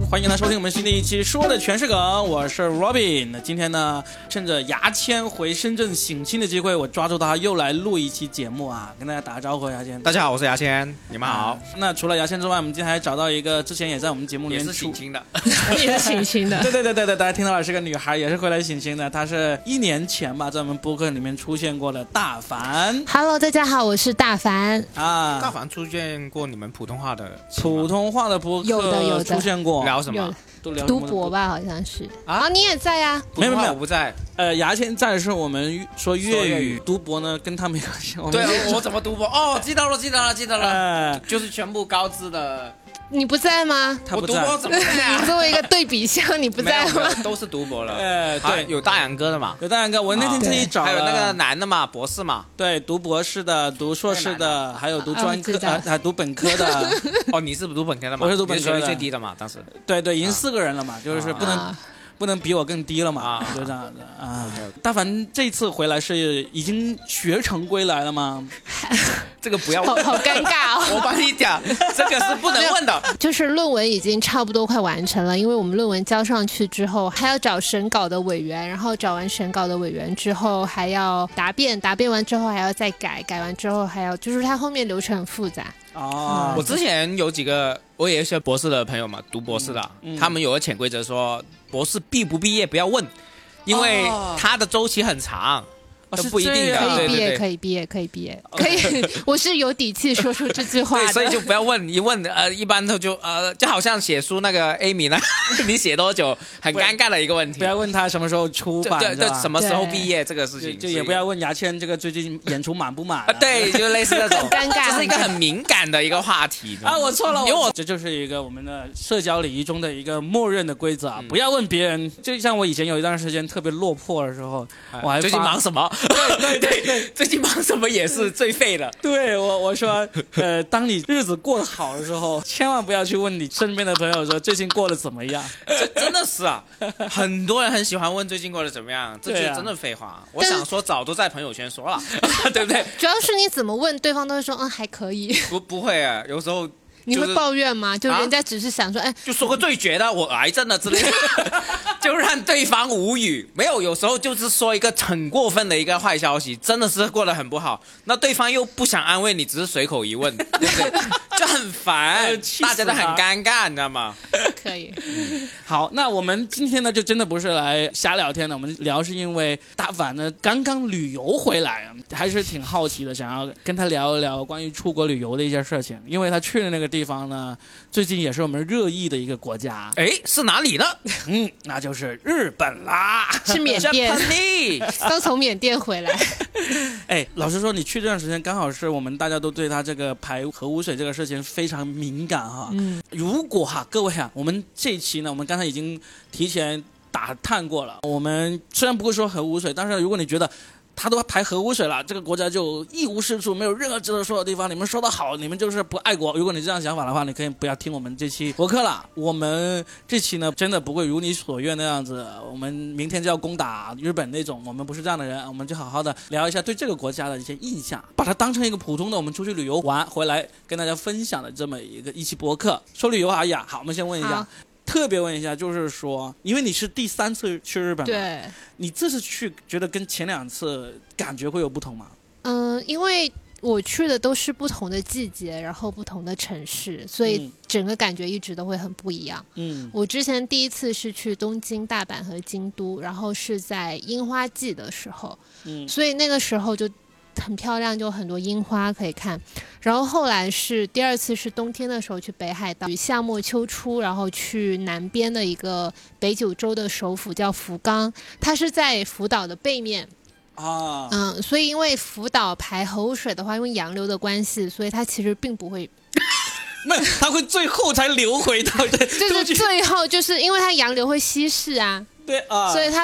欢迎来收听我们新的一期说的全是梗，我是 Robin。 那今天呢，趁着牙签回深圳省亲的机会，我抓住他又来录一期节目啊，跟大家打个招呼。牙签， 大家好，我是牙签，你们好。 那除了牙签之外，我们今天还找到一个之前也在我们节目里面也是省亲的也是省亲的对，大家听到了，是个女孩，也是回来省亲的。她是1年前吧，在我们播客里面出现过的大凡。 Hello， 大家好，我是大凡啊。 大凡出现过你们普通话的播客有的出现过， 聊什么？ 都聊读博吧，好像是啊， 你也在呀？ 没有， 我不在。 牙签在的是我们说粤语，读博呢跟他没关系。 对，我怎么读博？哦，记得了，就是全部高知的。 你不在吗？ 他不在。 我读博怎么在啊？ 你作为一个对比项，你不在吗？ 都是读博了。 对， 有大杨哥的嘛？ 有大杨哥，我那天特意找了， 还有那个男的嘛，博士嘛。 对，读博士的，读硕士的，还有读专科还读本科的。 哦，你是读本科的吗？ 我是读本科的， 学历最低的嘛，当时。 对，已经4个人了嘛，就是不能比我更低了嘛，就这样子啊。大凡这次回来是已经学成归来了吗？ 这个不要问， 好尴尬哦。 我帮你讲，这个是不能问的。 就是论文已经差不多快完成了，因为我们论文交上去之后，还要找审稿的委员，然后找完审稿的委员之后，还要答辩，答辩完之后还要再改，改完之后还要，就是它后面流程很复杂。 哦， 我之前有几个，我也有一些博士的朋友嘛，读博士的，他们有个潜规则说，博士毕不毕业不要问，因为它的周期很长。都不一定的， 可以毕业，可以，我是有底气说出这句话的。 对，所以就不要问，一问一般都就好像写书那个 Amy 呢，你写多久，很尴尬的一个问题。 不要问他什么时候出版， 对，什么时候毕业这个事情， 就也不要问牙签这个最近演出满不满。 对，就类似那种尴尬， 这是一个很敏感的一个话题啊。 我错了，因为这就是一个我们的社交礼仪中的一个默认的规则啊，不要问别人。就像我以前有一段时间特别落魄的时候，我还最近忙什么？对，最近忙什么也是最废的。 对，我说，当你日子过得好的时候，千万不要去问你身边的朋友说最近过得怎么样。 真的是啊，很多人很喜欢问最近过得怎么样，这句真的废话。我想说早都在朋友圈说了，对不对？ 主要是你怎么问，对方都会说还可以。 不会啊，有时候。 你会抱怨吗？就人家只是想说， 就说个最绝的，我癌症了之类的，就让对方无语。没有，有时候就是说一个很过分的一个坏消息，真的是过得很不好，那对方又不想安慰你，只是随口一问，对不对？就很烦，大家都很尴尬，你知道吗？ 可以。 好，那我们今天呢，就真的不是来瞎聊天的，我们聊是因为大凡呢刚刚旅游回来，还是挺好奇的，想要跟他聊一聊关于出国旅游的一些事情，因为他去的那个地方呢，最近也是我们热议的一个国家。 是哪里呢？ 那就是日本啦， 是缅甸，刚从缅甸回来。 老实说，你去这段时间刚好是我们大家都对他这个排核污水这个事情非常敏感哈。如果各位我们这一期呢，我们刚才已经提前打探过了，我们虽然不会说核污水，但是如果你觉得他都排核污水了，这个国家就一无是处，没有任何值得说的地方，你们说的好，你们就是不爱国。如果你这样想法的话，你可以不要听我们这期博客了。我们这期呢，真的不会如你所愿那样子，我们明天就要攻打日本那种，我们不是这样的人，我们就好好的聊一下对这个国家的一些印象，把它当成一个普通的我们出去旅游玩回来跟大家分享的这么一期博客。说旅游好我们先问一下，特别问一下，就是说，因为你是第3次去日本嘛， 对， 你这次去觉得跟前2次感觉会有不同吗？ 因为我去的都是不同的季节，然后不同的城市，所以整个感觉一直都会很不一样。我之前第一次是去东京、大阪和京都，然后是在樱花季的时候，所以那个时候就很漂亮，就很多樱花可以看。然后后来是第2次是冬天的时候去北海道，夏末秋初，然后去南边的一个北九州的首府叫福冈，它是在福岛的背面。所以因为福岛排核污水的话，因为洋流的关系，所以它其实并不会那它会最后才流回到就是最后就是因为它洋流会稀释啊， 对啊， 所以它的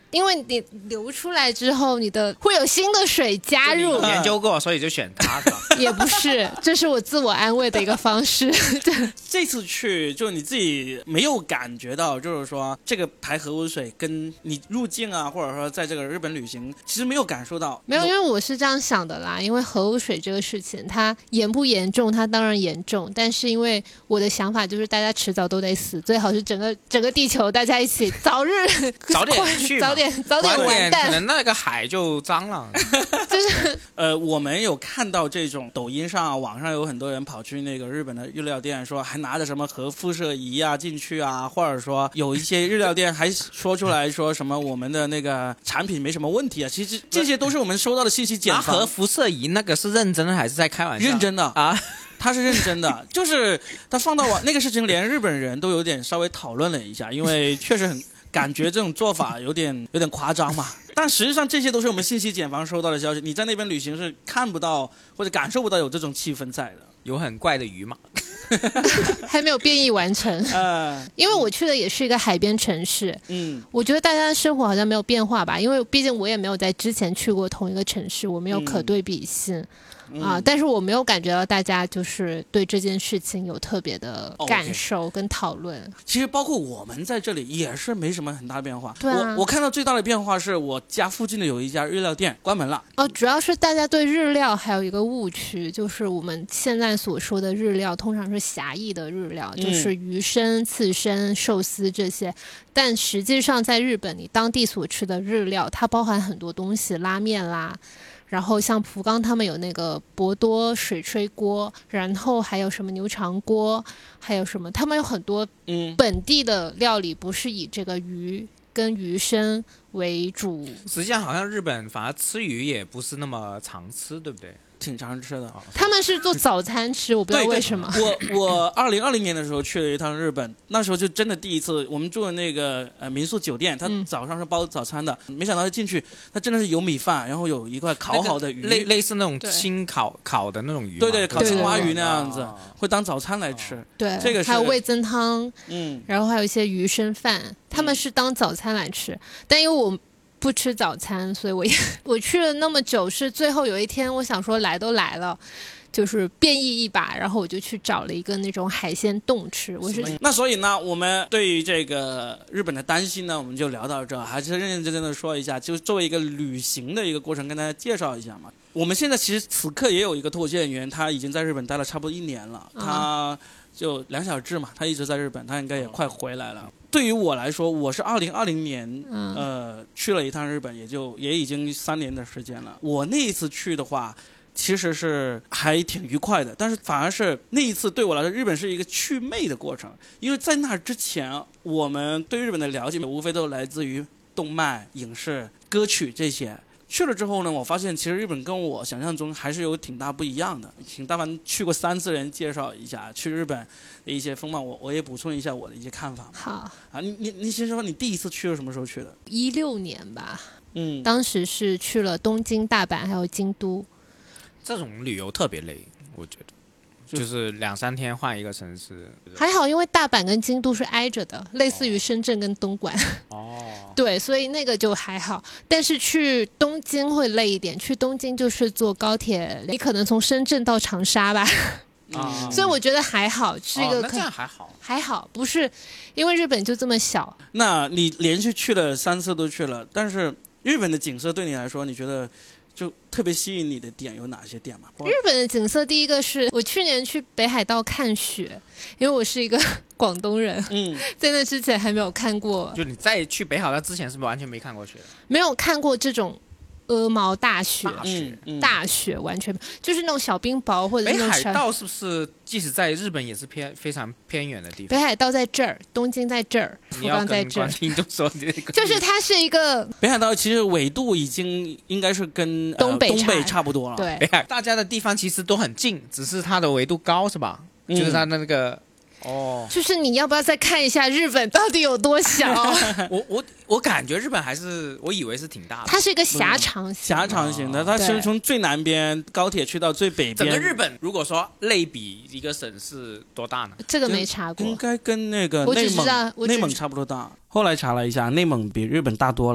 因为你流出来之后，你的会有新的水加入。 研究过，所以就选它是吧？ 也不是，这是我自我安慰的一个方式。 这次去就你自己没有感觉到，就是说这个排核污水跟你入境啊，或者说在这个日本旅行，其实没有感受到。 没有，因为我是这样想的啦，因为核污水这个事情，它严不严重，它当然严重，但是因为我的想法就是大家迟早都得死，最好是整个地球大家一起早点去嘛， 早点完蛋， 可能那个海就脏了。 就是我们有看到这种抖音上、网上有很多人跑去那个日本的日料店，说还拿着什么核辐射仪啊进去啊，或者说有一些日料店还说出来说什么我们的那个产品没什么问题啊。其实这些都是我们收到的信息茧房。 核辐射仪那个是认真的还是在开玩笑？ 认真的啊。 他是认真的，就是他放到网那个事情，连日本人都有点稍微讨论了一下，因为确实很感觉这种做法有点夸张嘛。但实际上这些都是我们信息茧房收到的消息，你在那边旅行是看不到或者感受不到有这种气氛在的。 有很怪的鱼吗？ 还没有变异完成。因为我去的也是一个海边城市，我觉得大家的生活好像没有变化吧，因为毕竟我也没有在之前去过同一个城市，我没有可对比性。但是我没有感觉到大家就是对这件事情有特别的感受跟讨论。 其实包括我们在这里也是没什么很大变化。 对啊， 我看到最大的变化是我家附近的有一家日料店关门了。 主要是大家对日料还有一个误区，就是我们现在所说的日料通常是狭义的日料，就是鱼生、刺身、寿司这些。但实际上在日本，你当地所吃的日料，它包含很多东西，拉面啦。然后像福冈他们有那个博多水炊锅，然后还有什么牛肠锅，还有什么他们有很多本地的料理不是以这个鱼跟鱼生为主。 实际上好像日本反而吃鱼也不是那么常吃，对不对？ 挺常吃的。 他们是做早餐吃，我不知道为什么。 我2020年的时候去了一趟日本，那时候就真的第一次，我们住的那个民宿酒店，它早上是包早餐的，没想到进去它真的是有米饭，然后有一块烤好的鱼， 类似那种清烤的那种鱼。 对，烤青蛙鱼那样子，会当早餐来吃。 对， 这个是还有味噌汤，然后还有一些鱼生饭，他们是当早餐来吃，但因为我不吃早餐，所以我去了那么久，是最后有一天我想说来都来了，就是变异一把，然后我就去找了一个那种海鲜冻吃。 那所以呢，我们对于这个日本的担心呢，我们就聊到这，还是认认真真的说一下，就作为一个旅行的一个过程，跟大家介绍一下嘛。我们现在其实此刻也有一个脱口秀演员，他已经在日本待了差不多1年了，他就梁小志嘛，他一直在日本，他应该也快回来了。对于我来说，我是2020年去了一趟日本，也已经3年的时间了。我那一次去的话，其实是还挺愉快的，但是反而是那一次对我来说，日本是一个祛魅的过程，因为在那之前，我们对日本的了解无非都来自于动漫、影视、歌曲这些。去了之后呢，我发现其实日本跟我想象中还是有挺大不一样的。请大凡去过3次人介绍一下去日本的一些风貌，我也补充一下我的一些看法。 好啊，你先说你第一次去是什么时候去的 ？16年吧。当时是去了东京、大阪还有京都。 这种旅游特别累，我觉得。就是2-3天换一个城市， 还好，因为大阪跟京都是挨着的，类似于深圳跟东莞。对，所以那个就还好。但是去东京会累一点，去东京就是坐高铁，你可能从深圳到长沙吧。所以我觉得还好，是一个那这样还好，不是因为日本就这么小。 那你连续去了3次都去了，但是日本的景色对你来说，你觉得就特别吸引你的点有哪些点吗？ 日本的景色，第一个是我去年去北海道看雪，因为我是一个广东人，在那之前还没有看过。 就你在去北海道之前是不是完全没看过雪？ 没有看过这种鹅毛大雪，大雪完全就是那种小冰雹或者是那种。 北海道是不是即使在日本也是非常偏远的地方？ 北海道在这儿，东京在这儿，福冈在这儿。 你要跟观众说这个， 就是它是一个北海道，其实纬度已经应该是跟东北差不多了。 对， 北海大家的地方其实都很近，只是它的纬度高，是吧？就是它的那个。 就是你要不要再看一下日本到底有多小？ 我感觉日本还是我以为是挺大的， 它是一个狭长型的，它是从最南边高铁去到最北边。 整个日本如果说类比一个省市多大呢？ 这个没查过， 应该跟那个内蒙差不多大。后来查了一下，内蒙比日本大多了。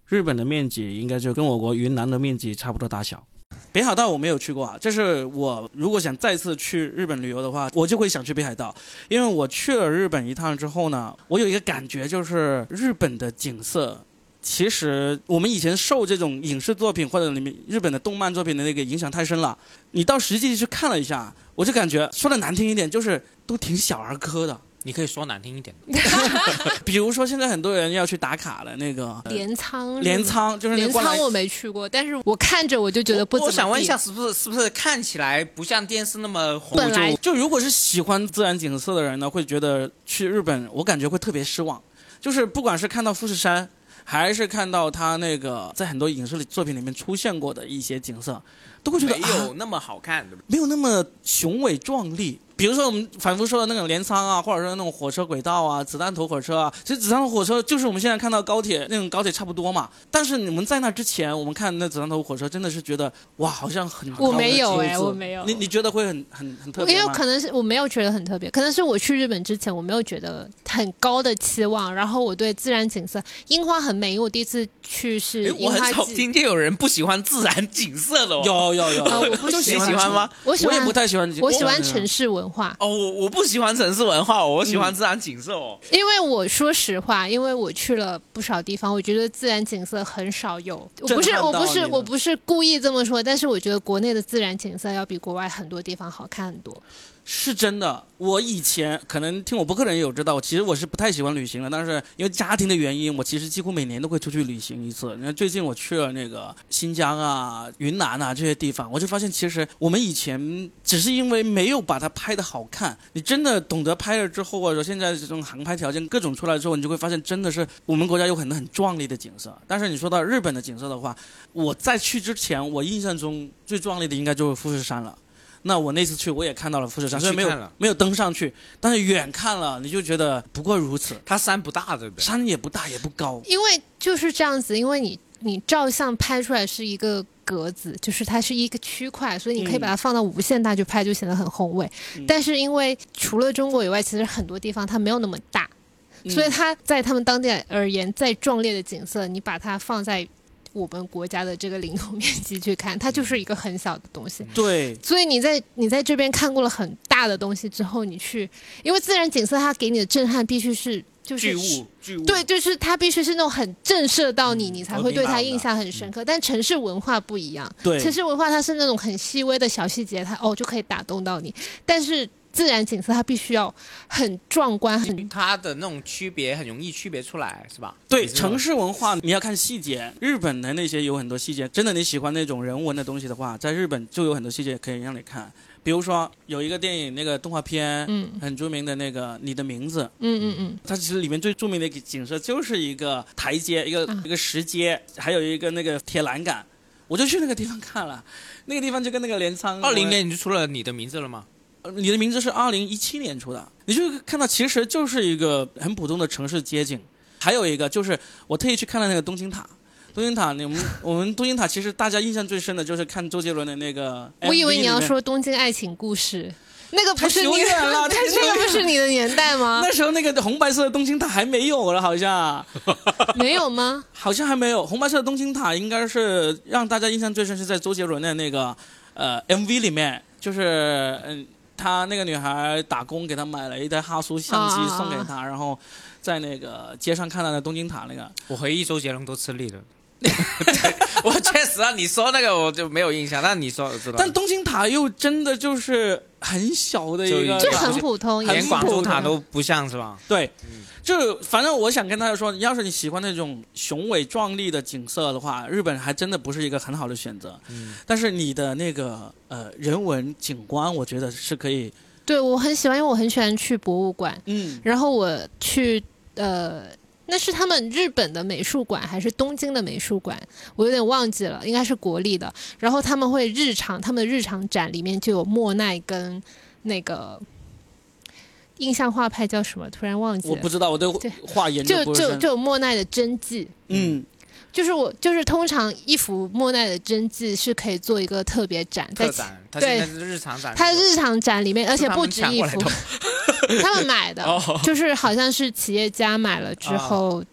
日本的面积应该就跟我国云南的面积差不多大小。北海道我没有去过啊，这是我如果想再次去日本旅游的话，我就会想去北海道。因为我去了日本一趟之后呢，我有一个感觉，就是日本的景色其实我们以前受这种影视作品或者里面日本的动漫作品的那个影响太深了，你到实际去看了一下，我就感觉说的难听一点，就是都挺小儿科的。 你可以说难听一点比如说现在很多人要去打卡的那个镰仓就是镰仓我没去过，但是我看着我就觉得不怎么地。 我想问一下，是不是看起来不像电视那么红？ 本来就如果是喜欢自然景色的人呢，会觉得去日本我感觉会特别失望。就是不管是看到富士山，还是看到他那个在很多影视作品里面出现过的一些景色，都会觉得没有那么好看，对不对？ 没有那么雄伟壮丽。比如说我们反复说的那种镰仓啊，或者说那种火车轨道啊，子弹头火车啊，其实子弹头火车就是我们现在看到高铁那种高铁差不多嘛。但是你们在那之前，我们看那子弹头火车真的是觉得哇，好像很我没有我没有。 你觉得会很特别吗？ 因为可能是我没有觉得很特别，可能是我去日本之前我没有觉得很高的期望，然后我对自然景色，樱花很美，因为我第一次去是樱花季。 我很少听见有人不喜欢自然景色的哦。 有我不喜欢吗？ 我也不太喜欢。 我喜欢城市文化。 我不喜欢城市文化，我喜欢自然景色哦。 因为我说实话，因为我去了不少地方，我觉得自然景色很少有。我不是故意这么说，但是我觉得国内的自然景色要比国外很多地方好看很多。 是真的，我以前可能听我播客的人有知道，其实我是不太喜欢旅行的，但是因为家庭的原因，我其实几乎每年都会出去旅行一次。你看最近我去了那个新疆啊、云南啊这些地方，我就发现其实我们以前只是因为没有把它拍得好看，你真的懂得拍了之后，或者说现在这种航拍条件各种出来之后，你就会发现真的是我们国家有很多很壮丽的景色。但是你说到日本的景色的话，我在去之前，我印象中最壮丽的应该就是富士山了。那我那次去我也看到了富士山，虽然没有登上去，但是远看了你就觉得不过如此。 它山不大，对不对？ 山也不大也不高， 因为就是这样子，因为你照相拍出来是一个格子，就是它是一个区块，所以你可以把它放到无限大去拍，就显得很宏伟。但是因为除了中国以外，其实很多地方它没有那么大，所以它在他们当地而言，再壮烈的景色，你把它放在我们国家的这个领土面积去看，它就是一个很小的东西。 对， 所以你在这边看过了很大的东西之后，你去，因为自然景色它给你的震撼必须是就是巨物， 对，就是它必须是那种很震慑到你，你才会对它印象很深刻。但城市文化不一样， 对， 城市文化它是那种很细微的小细节，它就可以打动到你，但是自然景色它必须要很壮观， 它的那种区别很容易区别出来，是吧？ 对，城市文化你要看细节，日本的那些有很多细节，真的你喜欢那种人文的东西的话，在日本就有很多细节可以让你看。比如说有一个电影，那个动画片，很著名的那个《你的名字》，它其实里面最著名的一个景色就是一个台阶，一个石阶，还有一个那个铁栏杆，我就去那个地方看了，那个地方就跟那个镰仓。 20年你就出了《你的名字》了吗？ 你的名字是2017年出的，你就看到其实就是一个很普通的城市街景。还有一个就是我特意去看了那个东京塔，我们东京塔其实大家印象最深的就是看周杰伦的那个 MV。 我以为你要说东京爱情故事，那个不是你太久远了， 那个不是你的年代吗？ 那时候那个红白色的东京塔还没有了，好像没有吗？ 好像还没有。红白色的东京塔应该是让大家印象最深是在周杰伦的那个MV 里面，就是他那个女孩打工给他买了一台哈苏相机送给他，然后在那个街上看到的东京塔那个。 我回忆周杰伦都吃力了。我确实啊，你说那个我就没有印象，但你说我知道。 但东京塔又真的就是很小的一个， 就很普通， 连广州塔都不像是吧？ 对，就反正我想跟大家说，要是你喜欢那种雄伟壮丽的景色的话，日本还真的不是一个很好的选择。但是你的那个人文景观，我觉得是可以。 对，我很喜欢，因为我很喜欢去博物馆。然后我去那是他们日本的美术馆还是东京的美术馆，我有点忘记了，应该是国立的。然后他们会他们的日常展里面就有莫奈跟那个印象画派叫什么，突然忘记了， 我不知道，我对画研究不是深。 就有莫奈的真迹。就是通常一幅莫奈的真迹是可以做一个特别展， 特展，它现在是日常展， 它日常展里面，而且不止一幅，他们买的，就是好像是企业家买了之后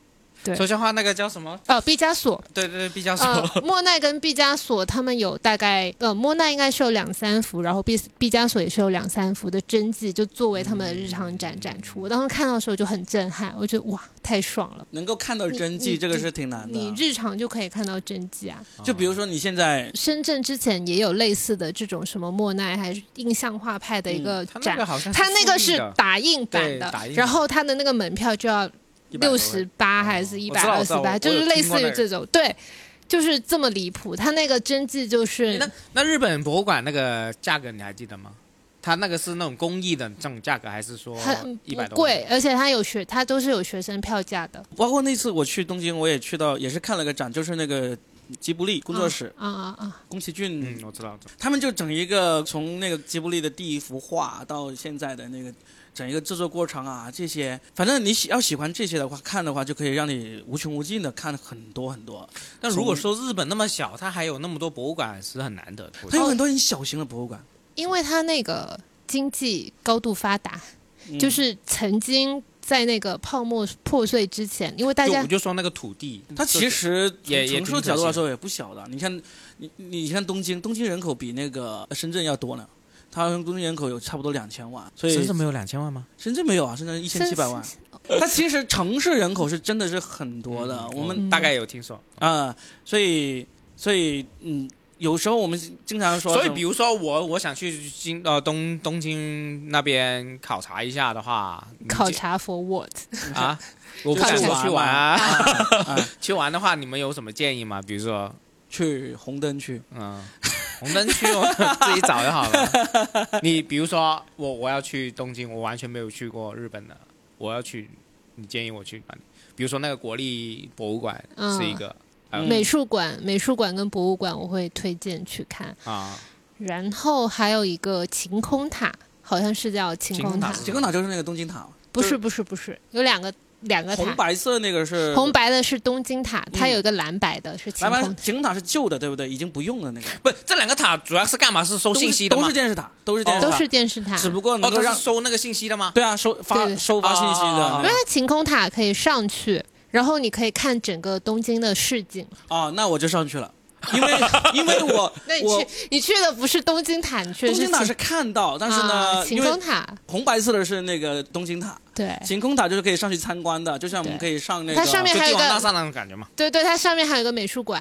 对， 抽象画那个叫什么？ 毕加索。 对对对，毕加索。 莫奈跟毕加索他们有大概莫奈应该是有2-3幅，然后毕加索也是有2-3幅的真迹，就作为他们的日常展出。我当时看到的时候就很震撼，我觉得哇，太爽了！ 能够看到真迹，这个是挺难的。 你日常就可以看到真迹啊。 就比如说你现在深圳之前也有类似的这种什么莫奈还是印象画派的一个展，他那个是打印版的，然后他的那个门票就要68还是128，就是类似于这种，对，就是这么离谱。他那个真迹就是那日本博物馆那个价格你还记得吗？他那个是那种公益的这种价格，还是说100多？ 贵，而且他都是有学生票价的。 包括那次我去东京，我也去到，也是看了个展，就是那个吉卜力工作室宫崎骏， 我知道， 他们就整一个从那个吉卜力的第一幅画到现在的那个整一个制作过程啊，这些，反正你喜欢这些的话，看的话就可以让你无穷无尽的看很多很多。 但如果说日本那么小，它还有那么多博物馆是很难得的。 它有很多很小型的博物馆， 因为它那个经济高度发达，就是曾经在那个泡沫破碎之前，因为大家我就说那个土地， 它其实也从城市角度来说也不小的。你看东京人口比那个深圳要多呢。它东京人口有差不多2000万，所以深圳没有2000万吗？ 深圳没有啊，深圳1700万。它其实城市人口是真的是很多的，我们大概有听说所以有时候我们经常说， 所以比如说我想去东京那边考察一下的话， 考察 for what 啊？我不想说去玩啊。去玩的话，你们有什么建议吗？比如说去红灯区， 红灯区我自己找就好了。你比如说我要去东京，我完全没有去过日本的，我要去，你建议我去哪里？比如说那个国立博物馆是一个。 美术馆跟博物馆我会推荐去看啊，然后还有一个晴空塔，好像是叫晴空塔。 晴空塔就是那个东京塔？ 不是，有两个塔。 红白色那个是红白的是东京塔，它有一个蓝白的是晴空塔。 晴空塔是旧的，对不对？已经不用了那个。 不，这两个塔主要是干嘛？是收信息的吗？ 都是电视塔，都是电视塔。 只不过能够让收那个信息的吗？ 对啊，收发信息的。 因为晴空塔可以上去。然后你可以看整个东京的市景那我就上去了，因为我那你去的不是东京塔，你去的是东京塔是看到，但是呢， 晴空塔红白色的是那个东京塔， 对， 晴空塔就是可以上去参观的，就像我们可以上那个它上面还有一个大厦那种感觉嘛， 对，它上面还有一个美术馆，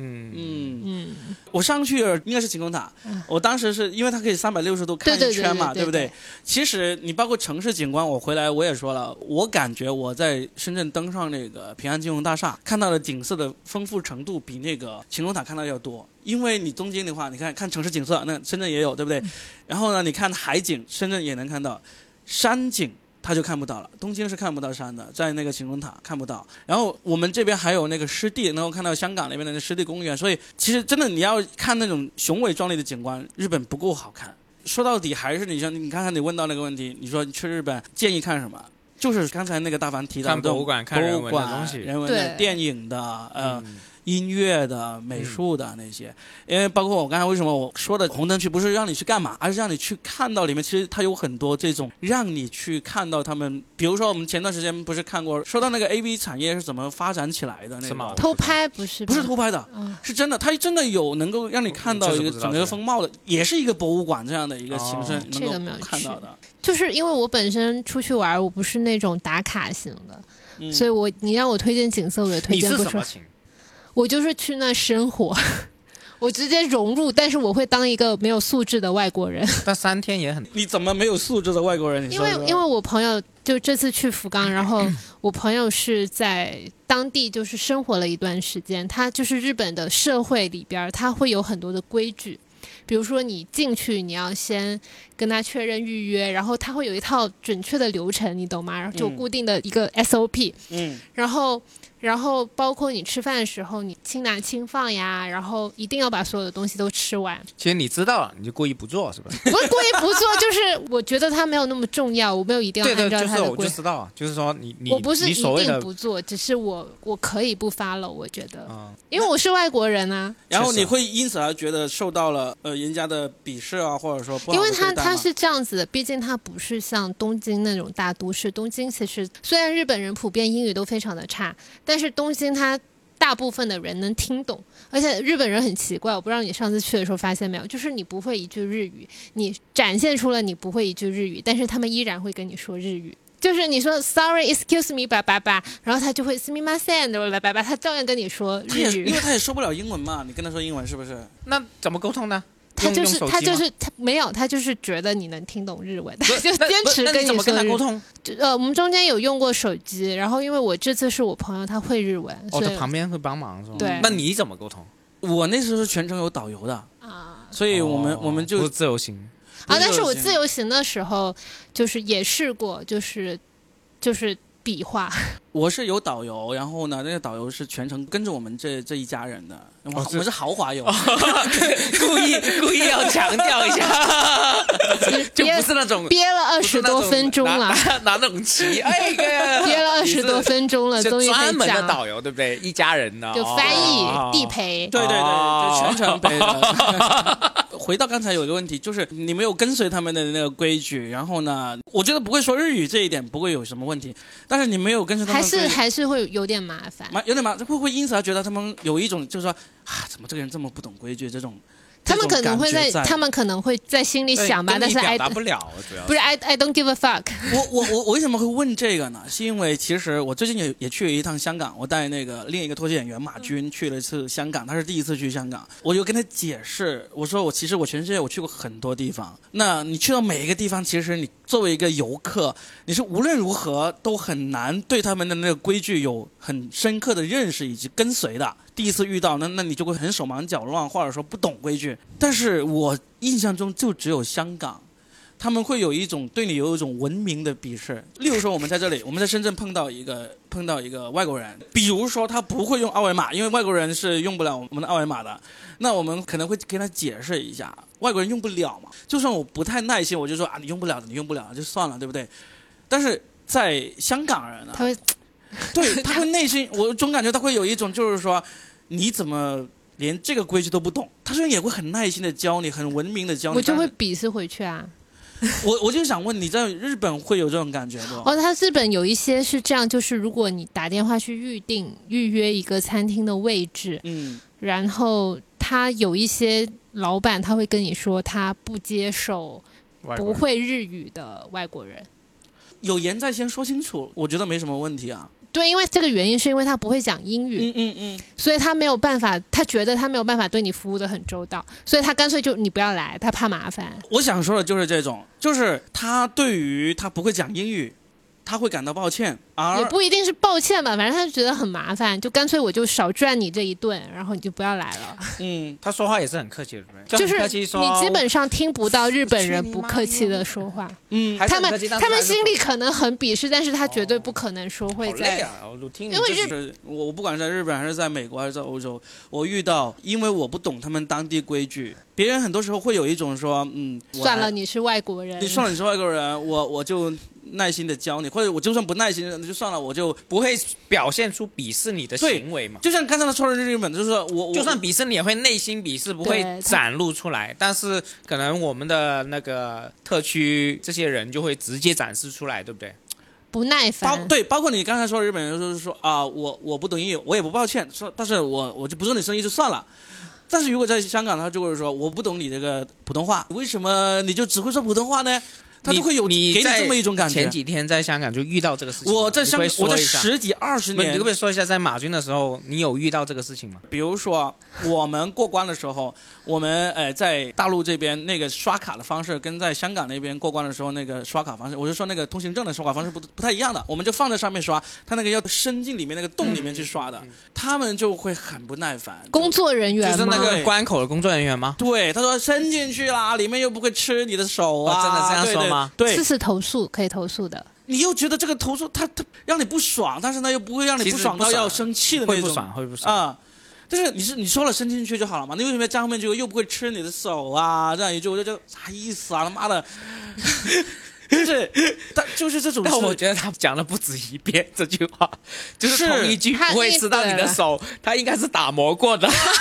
我上去应该是晴空塔，我当时是因为它可以360度看一圈嘛，对不对？其实你包括城市景观，我回来我也说了，我感觉我在深圳登上那个平安金融大厦看到的景色的丰富程度比那个晴空塔看到要多。因为你东京的话，你看城市景色，那深圳也有，对不对？然后呢，你看海景，深圳也能看到，山景它就看不到了，东京是看不到山的，在那个晴空塔看不到。然后我们这边还有那个湿地，能够看到香港那边的那湿地公园，所以其实真的你要看那种雄伟壮丽的景观，日本不够好看。说到底还是你刚才你问到那个问题，你说你去日本建议看什么？就是刚才那个大凡提到的看博物馆、看人文的东西、 人文的、电影的，音乐的、美术的那些，因为包括我刚才为什么我说的红灯区不是让你去干嘛，而是让你去看到里面，其实它有很多这种让你去看到他们，比如说我们前段时间不是看过说到那个 AV 产业是怎么发展起来的那个偷拍不是偷拍的，是真的，它真的有能够让你看到一个整个风貌的，也是一个博物馆这样的一个形式能够看到的。 就是因为我本身出去玩，我不是那种打卡型的，所以你让我推荐景色，我也推荐不出。 你是什么型？ 我就是去那生活，我直接融入，但是我会当一个没有素质的外国人。 但3天也很…… 你怎么没有素质的外国人？ 因为我朋友就这次去福冈，然后我朋友是在当地就是生活了一段时间，他就是日本的社会里边，他会有很多的规矩。比如说你进去你要先跟他确认预约，然后他会有一套准确的流程，你懂吗？然后就固定的一个 SOP，然后包括你吃饭的时候，你轻拿轻放呀，然后一定要把所有的东西都吃完。 其实你知道了，你就故意不做，是吧？ 不是故意不做，就是我觉得它没有那么重要，我没有一定要按照它的规。 对，我就知道，就是说我不是一定不做，只是我可以不 follow，我觉得，因为我是外国人啊。 然后你会因此而觉得受到了人家的鄙视啊，或者说不好因为的对待吗？ 它是这样子的，毕竟它不是像东京那种大都市。东京其实虽然日本人普遍英语都非常的差，但是东京它大部分的人能听懂，而且日本人很奇怪，我不知道你上次去的时候发现没有，就是你不会一句日语，你展现出了你不会一句日语，但是他们依然会跟你说日语。就是你说 sorry excuse me 吧吧吧，然后他就会 sumimasen 吧吧吧，他照样跟你说日语， 因为他也说不了英文嘛，你跟他说英文是不是？ 那怎么沟通呢？ 他就是用他没有，他就是觉得你能听懂日文，他就坚持跟你说日语。 那你怎么跟他沟通？ 我们中间有用过手机，然后因为我这次是我朋友，他会日文， 他旁边会帮忙是吧？ 对。 那你怎么沟通？ 我那时候是全程有导游的啊，所以我们就不是自由行啊。但是我自由行的时候，就是也试过，就是比划。 我是有导游，然后呢，那个导游是全程跟着我们这一家人的，我们是豪华游， 故意要强调一下，就不是那种憋了20多分钟了， 拿那种旗，哎， 憋了20多分钟了，终于可以讲。 专门的导游对不对？一家人的， 就翻译、地陪， 对，就全程陪的。回到刚才有一个问题，就是你没有跟随他们的那个规矩，然后呢，我觉得不会说日语这一点不会有什么问题，但是你没有跟随他们， 还是会有点麻烦， 有点麻烦，会不会因此而觉得他们有一种就是说啊，怎么这个人这么不懂规矩这种？ 他们可能会在心里想吧，但是表达不了，主要不是 I don't give a fuck。 我为什么会问这个呢？是因为其实我最近也去了一趟香港，我带那个另一个脱口秀演员马军去了一次香港，他是第一次去香港，我就跟他解释，我说其实我全世界我去过很多地方，那你去到每一个地方，其实你作为一个游客，你是无论如何都很难对他们的那个规矩有很深刻的认识以及跟随的。第一次遇到，那你就会很手忙脚乱，或者说不懂规矩。但是我印象中就只有香港，他们会有一种对你有一种文明的鄙视。例如说，我们在这里，我们在深圳碰到一个外国人，比如说他不会用二维码，因为外国人是用不了我们的二维码的。那我们可能会跟他解释一下，外国人用不了嘛。就算我不太耐心，我就说啊，你用不了的，你用不了就算了，对不对？但是在香港人呢， 他会， 对，他会内心，我总感觉他会有一种就是说。你怎么连这个规矩都不懂？他虽然也会很耐心的教你，很文明的教你， 我就会鄙视回去啊。 我就想问你，在日本会有这种感觉吗？ 他日本有一些是这样，就是如果你打电话去预约一个餐厅的位置，然后他有一些老板他会跟你说他不接受不会日语的外国人。 有言在先，说清楚，我觉得没什么问题啊。 对，因为这个原因是因为他不会讲英语，所以他没有办法，他觉得他没有办法对你服务的很周到，所以他干脆就你不要来，他怕麻烦。 我想说的就是这种，就是他对于他不会讲英语，他会感到抱歉， 也不一定是抱歉吧，反正他就觉得很麻烦，就干脆我就少赚你这一顿，然后你就不要来了。 他说话也是很客气的， 就是你基本上听不到日本人不客气的说话。他们心里可能很鄙视，但是他绝对不可能说会在。 因为我不管是在日本还是在美国还是在欧洲，我遇到因为我不懂他们当地规矩，别人很多时候会有一种说， 算了，你是外国人， 你是外国人，我就耐心的教你，或者我就算不耐心就算了，我就不会表现出鄙视你的行为嘛。 就像刚才他说的日本，就是说我就算鄙视你也会内心鄙视，不会展露出来，但是可能我们的那个特区这些人就会直接展示出来，对不对？ 不耐烦。 对，包括你刚才说日本人就是说啊，我不懂英语，我也不抱歉，说但是我就不做你生意就算了。但是如果在香港，他就会说我不懂你这个普通话，为什么你就只会说普通话呢？他就会有给你这么一种感觉。 前几天在香港就遇到这个事情。 我在10几20年， 你可不可以说一下，在马军的时候你有遇到这个事情吗？ 比如说我们过关的时候，我们在大陆这边那个刷卡的方式跟在香港那边过关的时候那个刷卡方式，我是说那个通行证的刷卡方式不太一样的，我们就放在上面刷，他那个要伸进里面那个洞里面去刷的，他们就会很不耐烦。 工作人员就是那个关口的工作人员吗？ 对，他说伸进去啦，里面又不会吃你的手啊。 真的这样说吗？ 对， 这是投诉，可以投诉的。 你又觉得这个投诉他让你不爽，但是他又不会让你不爽到要生气的那种， 会不爽啊。但是你说了伸进去就好了嘛，你为什么要加后面这个又不会吃你的手啊？这样一句我就觉得啥意思啊？他妈的！就是这种。 但我觉得他讲了不止一遍这句话，就是同一句不会吃到你的手，他应该是打磨过的。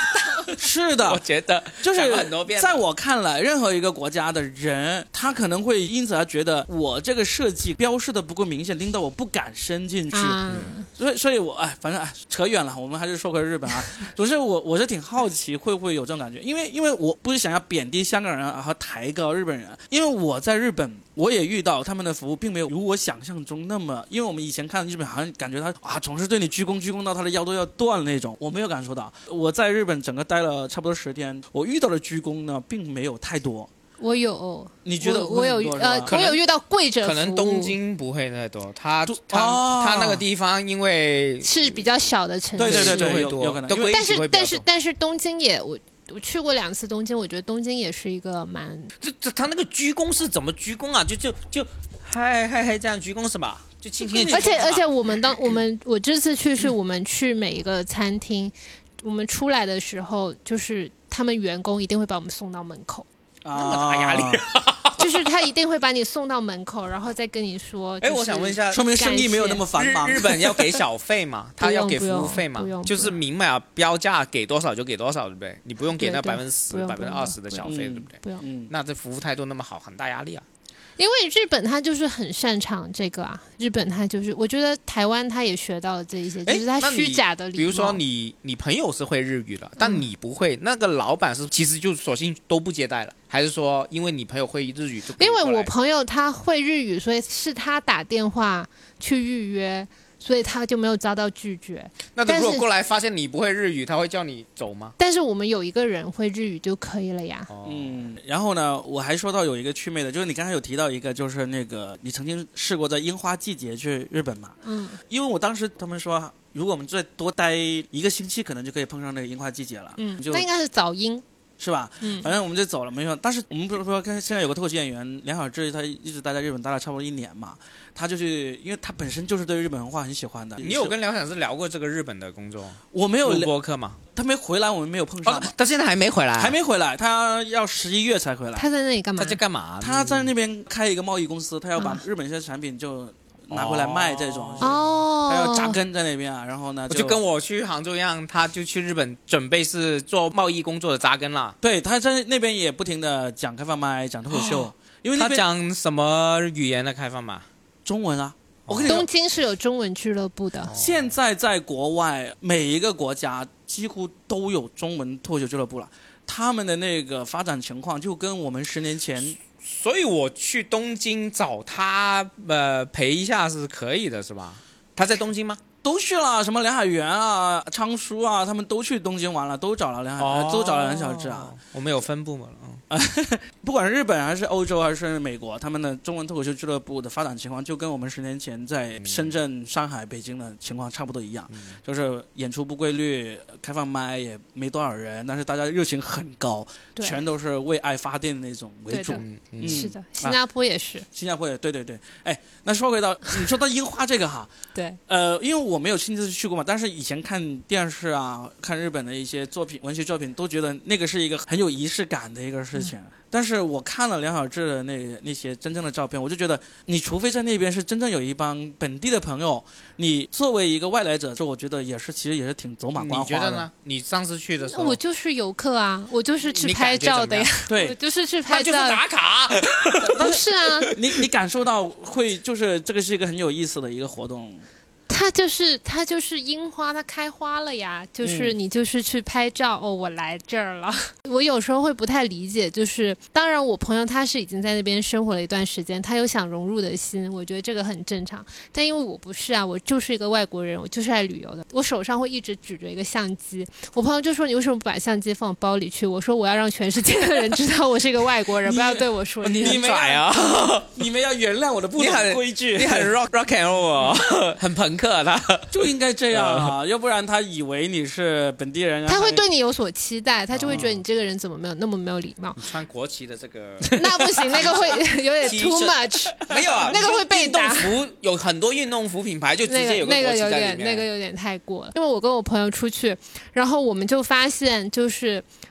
是的， 我觉得就是讲了很多遍了在我看来，任何一个国家的人，他可能会因此而觉得我这个设计标示的不够明显，令到我不敢伸进去。所以我反正扯远了，我们还是说回日本啊。总之我是挺好奇会不会有这种感觉，因为我不是想要贬低香港人和抬高日本人，因为我在日本我也遇到他们的服务并没有如我想象中那么，因为我们以前看日本好像感觉他总是对你鞠躬到他的腰都要断那种，我没有感受到。我在日本整个待了差不多10天，我遇到的鞠躬呢并没有太多。 我有， 你觉得我有遇到跪着服务， 可能东京不会太多，他那个地方因为是比较小的城市， 对， 有可能。 但是东京也我去过2次东京，我觉得东京也是一个蛮他那个鞠躬是怎么鞠躬啊？就嗨这样鞠躬是吧？就轻轻的。 而且我这次去是我们去每一个餐厅，我们出来的时候就是他们员工一定会把我们送到门口。 那么大压力， 就是他一定会把你送到门口，然后再跟你说。 我想问一下， 说明生意没有那么繁忙。 日本要给小费吗？他要给服务费吗？就是明码标价，给多少就给多少，对不对？你不用给那10%、20%的小费，对不对？ 不用。 那这服务态度那么好，很大压力啊。 因为日本他就是很擅长这个啊，日本他就是，我觉得台湾他也学到了这一些，就是他虚假的礼貌。 比如说你朋友是会日语的，但你不会，那个老板是其实就索性都不接待了，还是说因为你朋友会日语就可以过来？ 因为我朋友他会日语，所以是他打电话去预约。所以他就没有遭到拒绝。 那如果过来发现你不会日语，他会叫你走吗？ 但是我们有一个人会日语就可以了呀。 然后呢，我还说到有一个趣味的，就是你刚才有提到一个，就是那个你曾经试过在樱花季节去日本嘛？因为我当时他们说，如果我们再多待1个星期，可能就可以碰上那个樱花季节了。 那应该是早樱。 是吧？反正我们就走了，没有。但是我们不是说，现在有个脱口秀演员梁晓志，他一直待在日本待了差不多1年嘛。他就去，因为他本身就是对日本文化很喜欢的。 你有跟梁晓志聊过这个日本的工作？ 我没有录播客吗？ 他没回来，我们没有碰上。 他现在还没回来？ 还没回来，他要11月才回来。 他在那里干嘛？ 他在干嘛？ 他在那边开一个贸易公司，他要把日本一些产品就拿回来卖，这种他要扎根在那边啊。然后呢， 就跟我去杭州一样，他就去日本准备是做贸易工作的扎根了。 对，他在那边也不停的讲开放麦，讲脱口秀。因为他讲什么语言的开放麦？ 中文啊。 东京是有中文俱乐部的。 现在在国外每一个国家几乎都有中文脱口秀俱乐部了，他们的那个发展情况就跟我们10年前。 所以我去东京找他陪一下是可以的，是吧？他在东京吗？ 都去了，什么梁海源啊、昌叔啊，他们都去东京玩了，都找了都找了梁晓志啊。 我们有分部吗？ 不管是日本还是欧洲还是美国，他们的中文脱口秀俱乐部的发展情况就跟我们10年前在深圳、上海、北京的情况差不多一样，就是演出不规律，开放麦也没多少人，但是大家热情很高，全都是为爱发电的那种为主。 是的，新加坡也是。 新加坡也对。那说回到你说到樱花这个哈， 对， 因为我没有亲自去过嘛，但是以前看电视啊，看日本的一些作品、文学作品，都觉得那个是一个很有仪式感的一个事情。但是我看了梁晓志的那些真正的照片，我就觉得你除非在那边是真正有一帮本地的朋友，你作为一个外来者，这我觉得其实也是挺走马观花的。 你觉得呢？你上次去的时候， 我就是游客啊，我就是去拍照的呀。 对， 我就是去拍照， 就是打卡。 不是啊， 你感受到会就是这个是一个很有意思的一个活动。 它就是樱花，它开花了呀。就是你就是去拍照我来这儿了。我有时候会不太理解，就是当然我朋友他是已经在那边生活了一段时间，他有想融入的心，我觉得这个很正常。但因为我不是啊，我就是一个外国人，我就是爱旅游的。我手上会一直举着一个相机，我朋友就说你为什么不把相机放包里去？我说我要让全世界的人知道我是一个外国人，不要对我说你很拽啊！ 你们要原谅我的不懂规矩。 你很 rock and roll， 很朋克。他就应该这样啊，要不然他以为你是本地人啊， 他会对你有所期待，他就会觉得你这个人怎么那么没有礼貌。 你穿国旗的这个那不行，那个会有点 too much。 没有啊， 那个会被打。 运动服有很多运动服品牌就直接有个国旗在里面， 那个有点太过了。因为我跟我朋友出去，然后我们就发现就是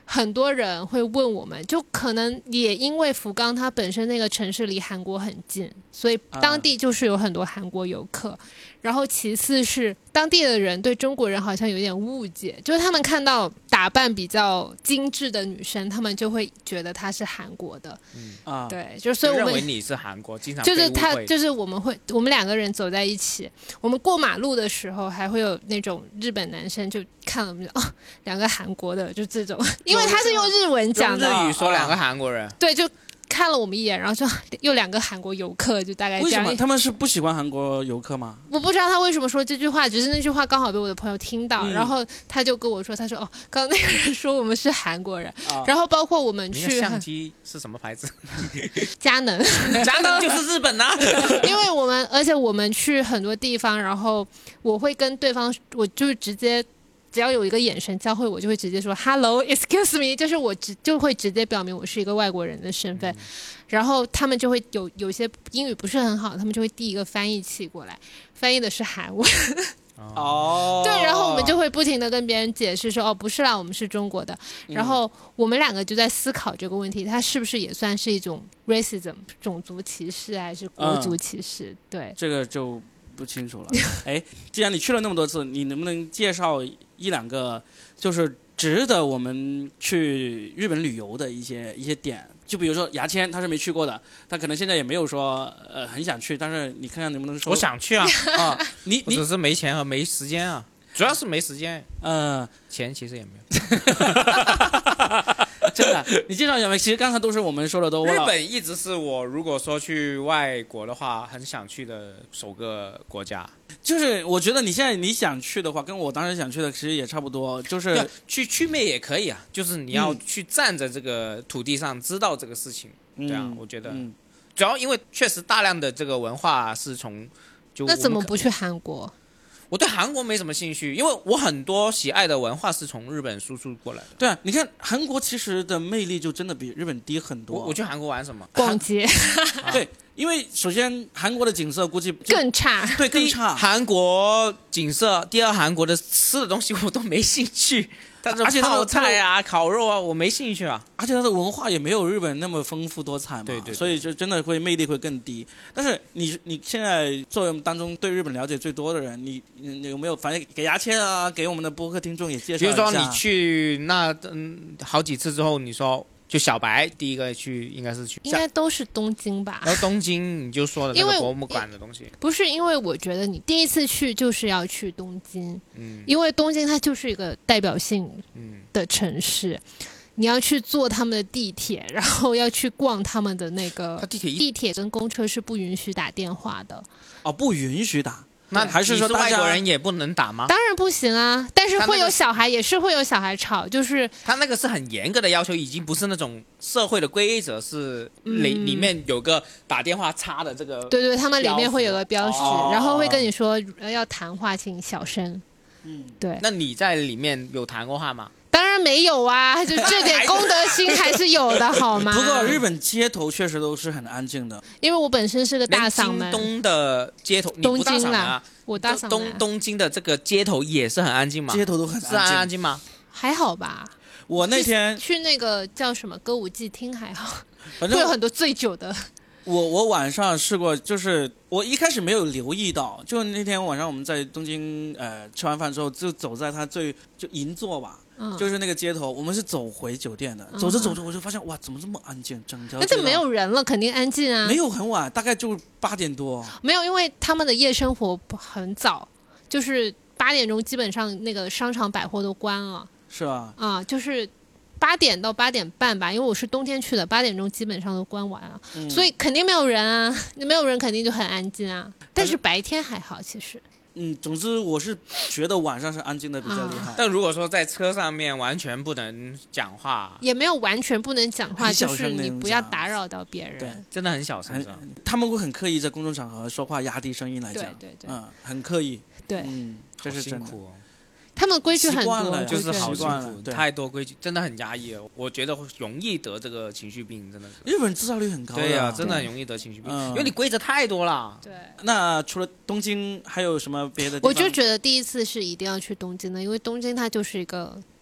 很多人会问我们，就可能也因为福冈它本身那个城市离韩国很近，所以当地就是有很多韩国游客。然后其次是当地的人对中国人好像有点误解，就是他们看到打扮比较精致的女生，他们就会觉得她是韩国的。对，就是所以我们认为你是韩国，经常就是他就是我们两个人走在一起，我们过马路的时候还会有那种日本男生就看了我们就两个韩国的就这种，因为他是用日文讲的， 用日语说两个韩国人， 对，就看了我们一眼，然后就又两个韩国游客，就大概这样。 为什么他们是不喜欢韩国游客吗？ 我不知道他为什么说这句话，只是那句话刚好被我的朋友听到，然后他就跟我说，他说刚刚那个人说我们是韩国人，然后包括我们去相机是什么牌子？ 佳能， 佳能就是日本啊。 因为而且我们去很多地方，然后我会跟对方，我就直接。只要有一个眼神交汇，我就会直接说 Hello, excuse me， 就是我就会直接表明我是一个外国人的身份，然后他们就会有些英语不是很好，他们就会递一个翻译器过来，翻译的是韩文。对，然后我们就会不停的跟别人解释说不是啦，我们是中国的。然后我们两个就在思考这个问题，它是不是也算是一种 racism 种族歧视还是国族歧视？对， 这个就不清楚了。哎，既然你去了那么多次，你能不能介绍一两个就是值得我们去日本旅游的一些点？就比如说牙签，他是没去过的，他可能现在也没有说很想去，但是你看看能不能说。 我想去啊你只是没钱和没时间啊，主要是没时间。钱其实也没有。 真的，你介绍一下呗。其实刚才都是我们说的都。 日本一直是我如果说去外国的话，很想去的首个国家。 就是我觉得你现在你想去的话，跟我当时想去的其实也差不多，就是去妹也可以啊，就是你要去站在这个土地上知道这个事情。对啊，我觉得主要因为确实大量的这个文化是从那怎么不去韩国？ 我对韩国没什么兴趣，因为我很多喜爱的文化是从日本输出过来的。 对啊，你看韩国其实的魅力就真的比日本低很多。 我去韩国玩什么？ 逛街。 对，因为首先韩国的景色估计更差， 对，更差。 韩国景色，第二韩国的吃的东西我都没兴趣。而且泡菜啊、烤肉啊，我没兴趣啊。 而且它的文化也没有日本那么丰富多彩嘛， 对， 所以就真的会魅力会更低。但是你现在作为我们当中对日本了解最多的人，你有没有反正给牙签啊，给我们的播客听众也介绍一下？ 比如说你去那好几次之后，你说就小白第一个去应该都是东京吧。 然后东京你就说的那个博物馆的东西， 不是因为我觉得你第一次去就是要去东京，因为东京它就是一个代表性的城市，你要去坐他们的地铁，然后要去逛他们的那个地铁跟公车是不允许打电话的。 不允许打。 那还是说外国人也不能打吗？ 当然不行啊，但是会有小孩，也是会有小孩吵，就是他那个是很严格的要求，已经不是那种社会的规则，是里面有个打电话插的这个。 对，他们里面会有个标识，然后会跟你说要谈话请小声。对。 那你在里面有谈过话吗？ 当然没有啊，就这点公德心还是有的，好吗？ 不过日本街头确实都是很安静的， 因为我本身是个大嗓门。 京东的街头， 东京啦， 我大嗓门。 东京的这个街头也是很安静吗？ 街头都很安静， 是安静吗？ 还好吧。 我那天去那个叫什么歌舞伎町还好， 反正会有很多醉酒的。 我晚上试过，就是我一开始没有留意到，就那天晚上我们在东京吃完饭之后，就走在它就银座吧。就是那个街头，我们是走回酒店的，走着走着我就发现哇，怎么这么安静？整条街道那就没有人了，肯定安静啊。 没有很晚，大概就8点多。 没有，因为他们的夜生活很早，就是8点钟基本上那个商场百货都关了。 是吧？ 就是8点到8点半吧，因为我是冬天去的，8点钟基本上都关完了，所以肯定没有人啊，没有人肯定就很安静啊。但是白天还好，其实。 总之我是觉得晚上是安静的比较厉害。 但如果说在车上面完全不能讲话， 也没有完全不能讲话，就是你不要打扰到别人。 对， 真的很小声。 他们会很刻意在公众场合说话压低声音来讲。 对， 很刻意。 对， 这是真的。 他们规矩很多， 就是好辛苦， 对， 太多规矩，真的很压抑了。我觉得容易得这个情绪病，真的是。 日本人自杀率很高的。 对呀，真的很容易得情绪病，因为你规则太多了。 对。 那除了东京，还有什么别的地方？ 我就觉得第一次是一定要去东京的，因为东京它就是一个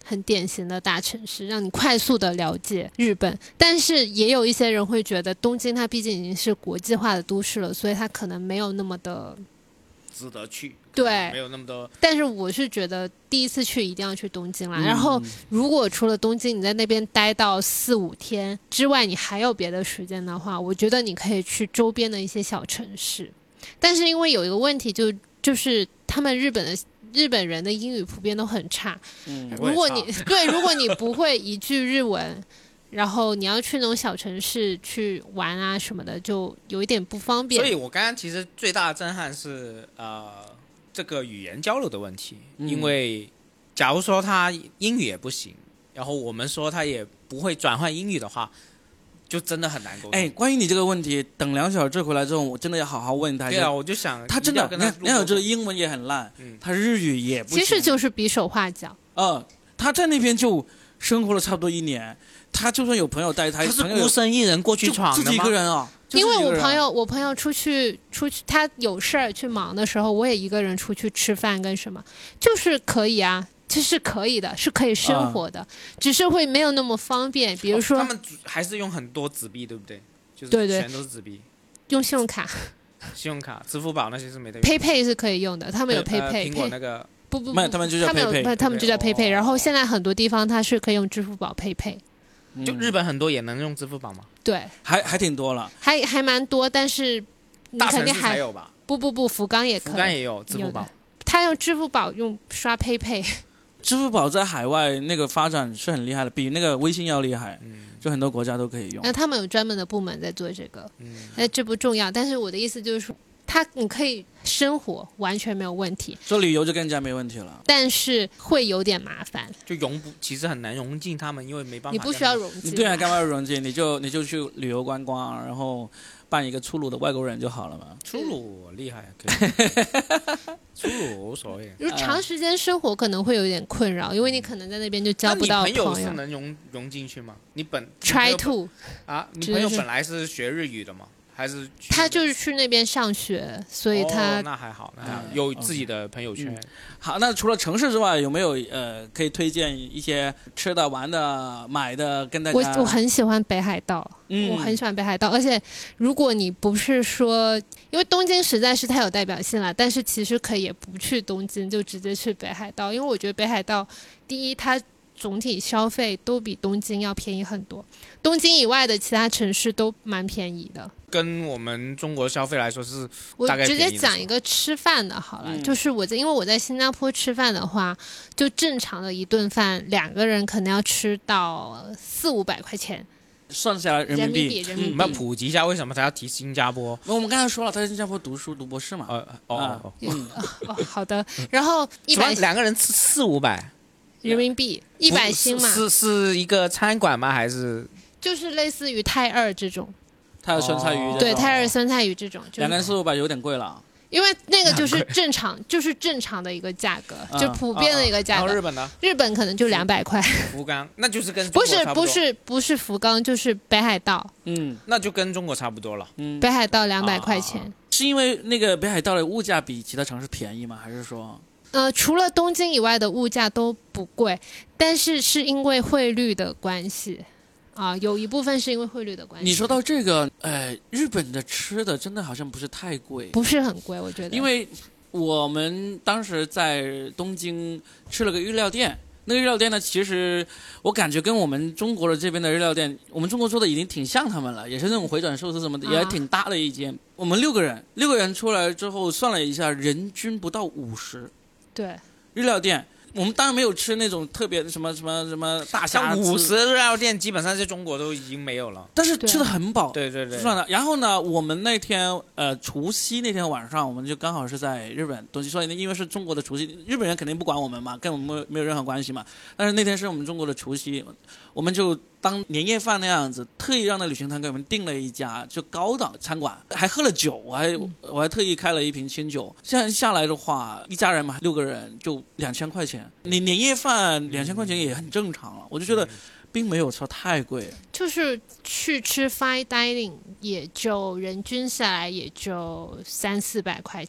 很典型的大城市，让你快速的了解日本。但是也有一些人会觉得东京它毕竟已经是国际化的都市了，所以它可能没有那么的值得去， 对， 没有那么多。 但是我是觉得第一次去一定要去东京啦。然后如果除了东京你在那边待到4-5天之外，你还有别的时间的话，我觉得你可以去周边的一些小城市。但是因为有一个问题就是他们日本人的英语普遍都很差。如果你不会一句日文，然后你要去那种小城市去玩啊什么的，就有一点不方便。 所以我刚刚其实最大的震撼是这个语言交流的问题，因为假如说他英语也不行，然后我们说他也不会转换英语的话，就真的很难沟通。 关于你这个问题，等2小时回来之后，我真的要好好问他一下。 对啊，我就想他真的2小时的英文也很烂，他日语也不行， 其实就是比手画脚。 他在那边就生活了差不多1年，他就算有朋友带他是孤身一人过去闯的吗？ 自己一个人啊。 因为我朋友出去，他有事儿去忙的时候，我也一个人出去吃饭跟什么，就是可以啊，就是可以的，是可以生活的，只是会没有那么方便。比如说， 他们还是用很多纸币，对不对？就是全都是纸币， 用信用卡、 支付宝那些是没得用。 PayPay 是可以用的，他们有 PayPay。 苹果那个不， 他们就叫 PayPay， 他们就叫 PayPay。然后现在很多地方它是可以用支付宝 PayPay。 就日本很多也能用支付宝吗？ 对， 还挺多了， 还蛮多，但是你肯定还有吧？ 不，福冈也可以， 福冈也有支付宝。 他用支付宝用刷 PayPay。 支付宝在海外那个发展是很厉害的，比那个微信要厉害，就很多国家都可以用。 那他们有专门的部门在做这个，这不重要。但是我的意思就是说，你可以生活完全没有问题， 做旅游就更加没问题了， 但是会有点麻烦， 其实很难融进他们，因为没办法。 你不需要融进， 对啊，干嘛要融进？你就去旅游观光，然后扮一个粗鲁的外国人就好了嘛。 粗鲁厉害，可以。粗鲁无所谓。 如果长时间生活可能会有点困扰，因为你可能在那边就交不到朋友。 你朋友是能融进去吗？ try to 你朋友本来是学日语的吗？还是他就是去那边上学，所以他那还好，有自己的朋友圈。 好，那除了城市之外，有没有可以推荐一些吃的、玩的、买的跟大家？ 我很喜欢北海道，我很喜欢北海道，而且如果你不是说，因为东京实在是太有代表性了，但是其实可以也不去东京，就直接去北海道，因为我觉得北海道第一它总体消费都比东京要便宜很多，东京以外的其他城市都蛮便宜的。 跟我们中国消费来说是我大概直接讲一个吃饭的好了，就是因为我在新加坡吃饭的话，就正常的一顿饭2个人可能要吃到400-500块钱， 算下来人民币。 我们要普及一下为什么他要提新加坡。 我们刚才说了，他在新加坡读书读博士嘛。 好的。然后 2个人吃400-500 人民币，100新嘛。 是一个餐馆吗？还是就是类似于泰二这种？ 泰二酸菜鱼， 对，泰二酸菜鱼这种 ，2个人400-500有点贵了。 因为那个就是正常，就是正常的一个价格，就普遍的一个价格。 日本呢？ 日本可能就200块。 福冈那就是跟中国差不多。 不是福冈，就是北海道。 那就跟中国差不多了。 北海道200块钱。 是因为那个北海道的物价比其他城市便宜吗？还是说？ 除了东京以外的物价都不贵，但是是因为汇率的关系。有一部分是因为汇率的关系。 你说到这个，日本的吃的真的好像不是太贵， 不是很贵，我觉得。 因为我们当时在东京吃了个日料店，那个日料店呢，其实我感觉跟我们中国的这边的日料店，我们中国做的已经挺像他们了，也是那种回转寿司什么的，也挺大的一间。我们6个人出来之后算了一下，人均不到50。 对， 日料店。我们当然没有吃那种特别的什么大虾子 ，50日料店基本上在中国都已经没有了， 但是吃的很饱。 对。 算了，然后呢，我们那天除夕那天晚上，我们就刚好是在日本东西，所以因为是中国的除夕，日本人肯定不管我们嘛，跟我们没有任何关系嘛。但是那天是我们中国的除夕，我们就当年夜饭那样子，特意让那旅行团给我们订了一家就高档餐馆，还喝了酒，我还特意开了一瓶清酒。现在下来的话，一家人嘛，6个人就2000块钱，你年夜饭2000块钱也很正常了，我就觉得并没有说太贵。 就是去吃 fine dining 也就人均下来也就300-400块钱。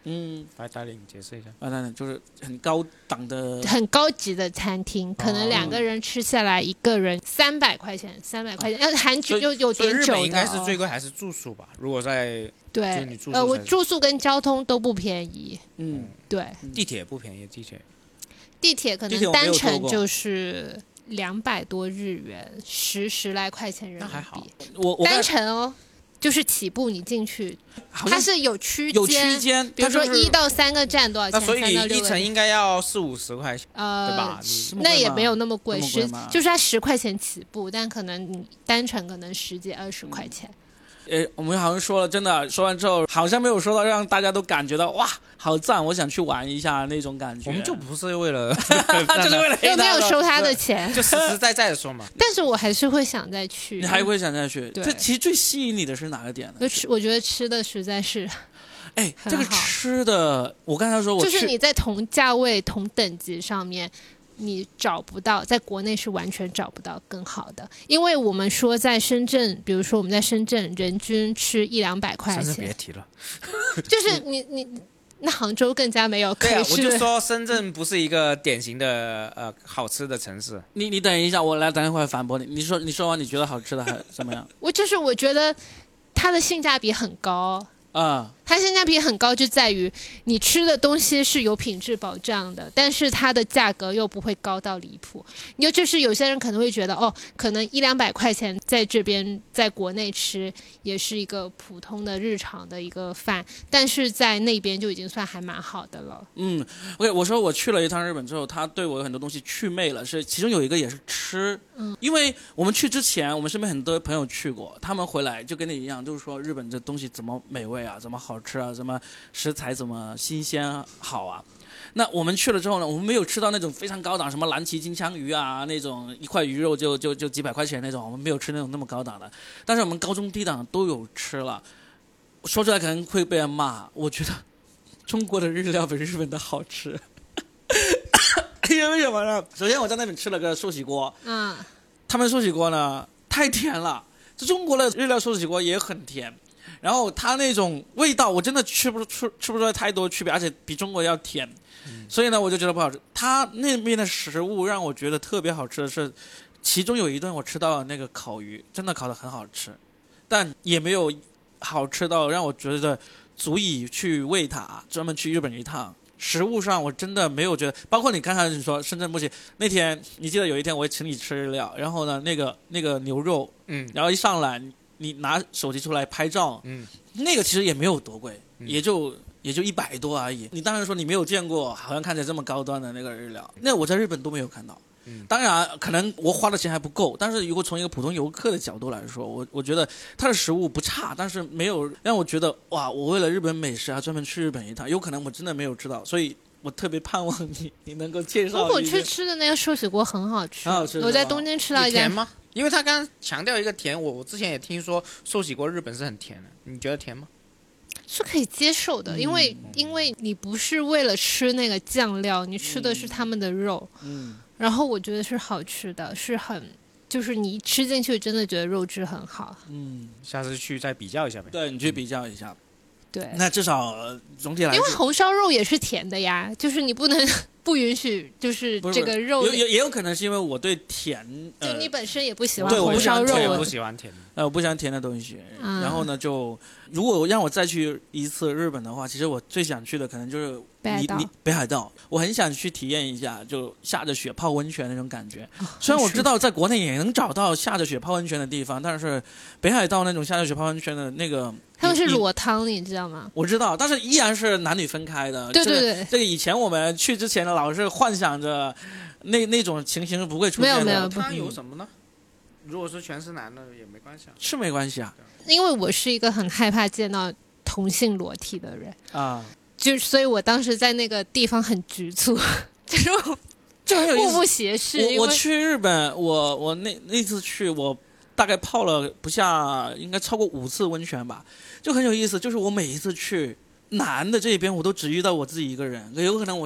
白带领解释一下。 白带领就是很高档的、 很高级的餐厅，可能2个人吃下来，一个人300块钱，300块钱。要含酒有点酒的。 日本应该是最贵还是住宿吧？如果在对，我住宿跟交通都不便宜。对， 地铁不便宜， 地铁可能单程就是200多日元，10来块钱人民币。那还好， 我单程哦。就是起步你进去，它是有区间， 比如说1到3个站多少钱？ 那所以一程应该要40-50块钱，对吧？ 那也没有那么贵，就是它10块钱起步，但可能你单程可能10几20块钱。 我们好像说了，真的说完之后，好像没有说到让大家都感觉到哇，好赞，我想去玩一下那种感觉。 我们就不是为了， 就是为了又没有收他的钱， 就实实在在的说嘛。 但是我还是会想再去。 你还会想再去？这其实最吸引你的是哪个点呢？ 我觉得吃的实在是。 这个吃的，我刚才说就是你在同价位、同等级上面。你找不到，在国内是完全找不到更好的，因为我们说在深圳，比如说我们在深圳人均吃100-200块钱， 深圳别提了， 就是你那杭州更加没有可以吃。 我就说深圳不是一个典型的好吃的城市。 你等一下，我来等一会儿反驳你。你说完你觉得好吃的还怎么样？ 我觉得它的性价比很高。它性价比很高，就在于你吃的东西是有品质保障的，但是它的价格又不会高到离谱。就是有些人可能会觉得，可能100-200块钱在这边在国内吃也是一个普通的日常的一个饭，但是在那边就已经算还蛮好的了。 OK， 我说我去了一趟日本之后，他对我有很多东西祛魅了，是其中有一个也是吃。因为我们去之前，我们身边很多朋友去过，他们回来就跟你一样，就是说日本这东西怎么美味啊，怎么好吃啊，什么食材怎么新鲜好啊。那我们去了之后呢，我们没有吃到那种非常高档，什么蓝鳍金枪鱼啊，那种一块鱼肉就几百块钱那种，我们没有吃那种那么高档的。但是我们高中低档都有吃了，说出来可能会被人骂，我觉得中国的日料比日本的好吃。因为什么呢？首先我在那边吃了个寿喜锅，他们寿喜锅呢太甜了，这中国的日料寿喜锅也很甜。然后它那种味道，我真的吃不出来太多区别，而且比中国要甜，所以呢，我就觉得不好吃。它那边的食物让我觉得特别好吃的是，其中有一顿我吃到了那个烤鱼，真的烤得很好吃，但也没有好吃到让我觉得足以去为它专门去日本一趟。食物上我真的没有觉得，包括你刚才你说深圳不行，那天你记得有一天我请你吃日料，然后呢那个牛肉，然后一上来你拿手机出来拍照，那个其实也没有多贵，也就100多而已。你当然说你没有见过好像看起来这么高端的那个日料，那我在日本都没有看到。当然可能我花的钱还不够，但是如果从一个普通游客的角度来说，我觉得它的食物不差，但是没有让我觉得哇，我为了日本美食还专门去日本一趟，有可能我真的没有知道，所以我特别盼望你能够介绍。 我去吃的那个寿喜锅很好吃，我在东京吃到一家。 甜吗？因为他刚刚强调一个甜，我之前也听说寿喜锅日本是很甜的，你觉得甜吗？ 是可以接受的，因为你不是为了吃那个酱料，你吃的是他们的肉，然后我觉得是好吃的，是很就是你吃进去真的觉得肉质很好。 下次去再比较一下呗。 对，你去比较一下。 对， 那至少总体来说， 因为红烧肉也是甜的呀，就是你不能不允许，就是这个肉也有可能是因为我对甜， 就你本身也不喜欢红烧肉， 我也不喜欢甜我不喜欢甜的东西。然后呢，就如果让我再去一次日本的话，其实我最想去的可能就是北海道，我很想去体验一下，就下着雪泡温泉那种感觉。虽然我知道在国内也能找到下着雪泡温泉的地方，但是北海道那种下着雪泡温泉的那个， 他们是裸汤，你知道吗？ 我知道，但是依然是男女分开的。 对对对， 这个以前我们去之前呢，老是幻想着那种情形是不会出现的。 没有， 它有什么呢？如果说全是男的也没关系啊。 是没关系啊， 因为我是一个很害怕见到同性裸体的人啊。 所以我当时在那个地方很局促，就是目不斜视。 我去日本，我那次去，我大概泡了不下应该超过5次温泉吧，就很有意思。就是我每一次去男的这边，我都只遇到我自己一个人，有可能我都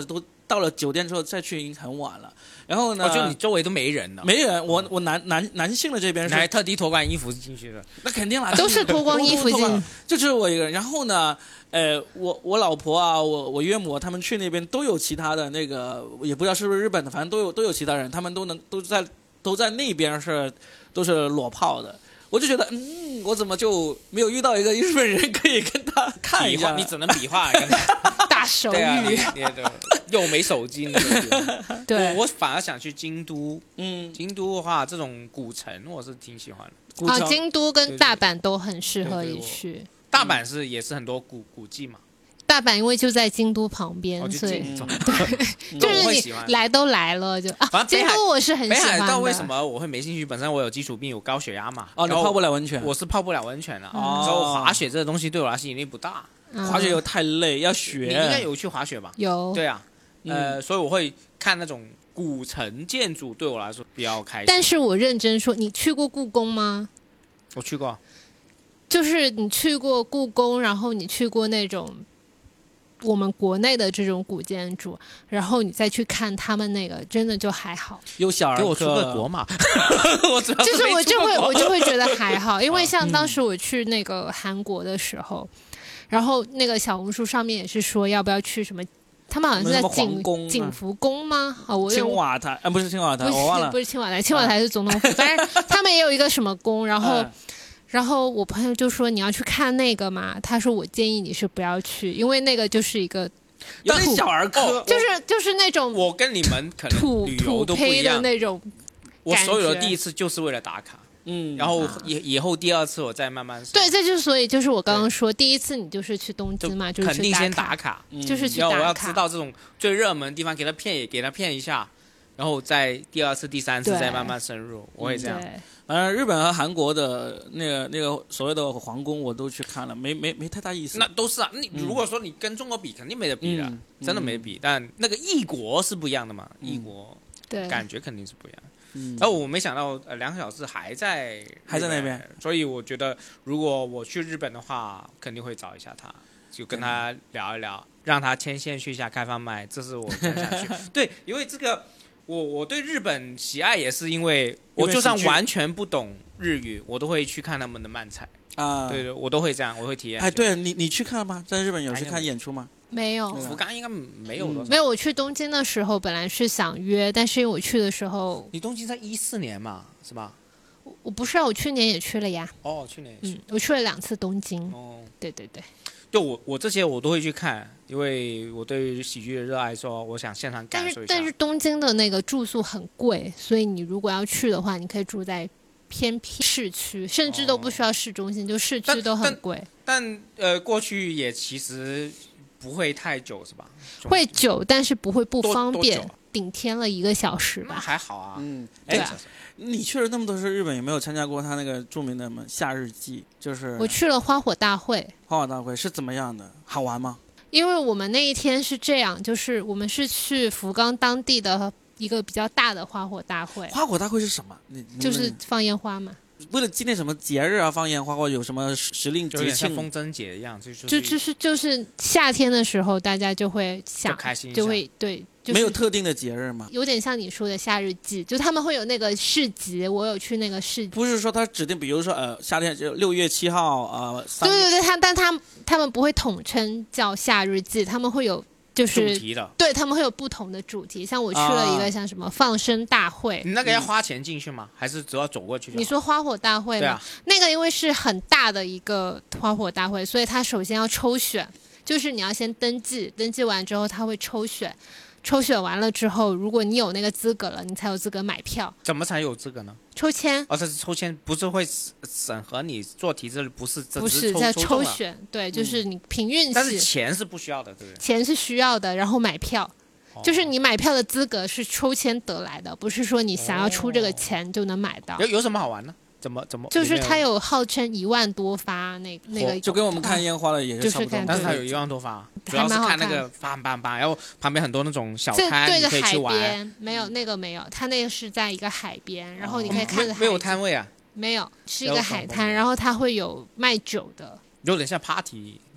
到了酒店之后再去已经很晚了。然后呢， 就你周围都没人了， 没人。我男性的这边是， 你还特地脱光衣服进去的？ 那肯定啦， 都是脱光衣服进， 就只有我一个人。然后呢，我老婆啊，我岳母他们去那边都有其他的那个，也不知道是不是日本的，反正都有其他人，他们都在那边都是裸泡的。我就觉得，我怎么就没有遇到一个日本人可以跟他看一下？ 你只能比划跟他大手语， 又没手机。 对， 我反而想去京都。京都的话，这种古城我是挺喜欢的。 京都跟大阪都很适合一去。 大阪也是很多古迹嘛。 大阪因为就在京都旁边，所以就是你来都来了就京都我是很喜欢的。 北海道为什么我会没兴趣？本身我有基础病，有高血压嘛。 你泡不了温泉。 我是泡不了温泉的。然后滑雪这个东西对我来说吸引力不大。 滑雪又太累，要学。 你应该有去滑雪吧？ 有。 对啊，所以我会看那种古城建筑，对我来说比较开心。 但是我认真说，你去过故宫吗？ 我去过。 就是你去过故宫，然后你去过那种我们国内的这种古建筑，然后你再去看他们那个，真的就还好。 有小儿科， 给我出个国嘛。 就是我就会觉得还好，因为像当时我去那个韩国的时候，然后那个小红书上面也是说要不要去什么。他们好像是在景福宫吗？ 青瓦台不是青瓦台，我忘了， 不是青瓦台，青瓦台是总统府。反正他们也有一个什么宫，然后我朋友就说你要去看那个嘛，他说我建议你是不要去，因为那个就是一个有点小儿科， 就是那种我跟你们可能旅游都不一样的那种。 我所有的第一次就是为了打卡。然后以后第二次我再慢慢。 对，这就所以就是我刚刚说，第一次你就是去东京嘛，就是肯定先打卡， 就是去打卡。 我要知道这种最热门的地方，给他骗一下，然后再第二次、第三次再慢慢深入，我会这样。 日本和韩国的那个所谓的皇宫我都去看了，没太大意思。 那都是啊，你如果说你跟中国比，肯定没得比的，真的没比。但那个异国是不一样的嘛，异国感觉肯定是不一样。然后我没想到2个小时还在那边， 所以我觉得如果我去日本的话，肯定会找一下他，就跟他聊一聊，让他牵线去一下开放麦，这是我很想去。对，因为这个我对日本喜爱也是因为我就算完全不懂日语，我都会去看他们的漫才啊。对，我都会这样，我会体验。 对你去看了吗？在日本有去看演出吗？ 没有， 福冈应该没有多少。 没有，我去东京的时候本来是想约，但是因为我去的时候， 你东京在14年嘛，是吧？ 我不是啊，我去年也去了呀。 去年也去。 我去了2次东京。对。 就我这些我都会去看，因为我对喜剧的热爱，说我想现场感受一下。 但是东京的那个住宿很贵，所以你如果要去的话，你可以住在偏僻市区，甚至都不需要市中心，就市区都很贵。 但过去也其实不会太久是吧？ 会久，但是不会不方便，顶天了1个小时吧。 那还好啊。 对啊。 你去了那么多次日本，有没有参加过他那个著名的夏日祭？就是我去了花火大会。 花火大会是怎么样的？好玩吗？ 因为我们那一天是这样，就是我们是去福冈当地的一个比较大的花火大会。 花火大会是什么？ 就是放烟花嘛。 为了纪念什么节日啊放烟花，或有什么时令节庆， 像风筝节一样， 就是夏天的时候，大家就会想开心， 就会对。 没有特定的节日吗？ 有点像你说的夏日祭，就他们会有那个市集，我有去那个市集。 不是说他指定，比如说夏天就6月7号对，但他们不会统称叫夏日祭，他们会有就是主题的， 对，他们会有不同的主题。像我去了一个像什么放生大会， 你那个要花钱进去吗？还是只要走过去？ 你说花火大会吗？ 对啊， 那个因为是很大的一个花火大会，所以他首先要抽选，就是你要先登记，登记完之后他会抽选。抽选完了之后，如果你有那个资格了，你才有资格买票。 怎么才有资格呢？ 抽签。 这是抽签，不是会审核你做题这不是在抽选，对，就是你凭运气。 但是钱是不需要的，对不对？ 钱是需要的，然后买票，就是你买票的资格是抽签得来的，不是说你想要出这个钱就能买到。 有什么好玩呢？怎么？ 就是它有号称1万多发那个， 就跟我们看烟花的也是差不多， 但是它有1万多发，主要是看那个发，然后旁边很多那种小摊， 对着可以去玩。 海边没有那个没有，它那个是在一个海边，然后你可以看着海。 没有摊位啊？ 没有，是一个海滩，然后它会有卖酒的， 有点像 party。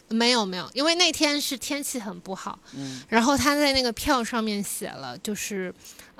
没有，因为那天是天气很不好，然后他在那个票上面写了，就是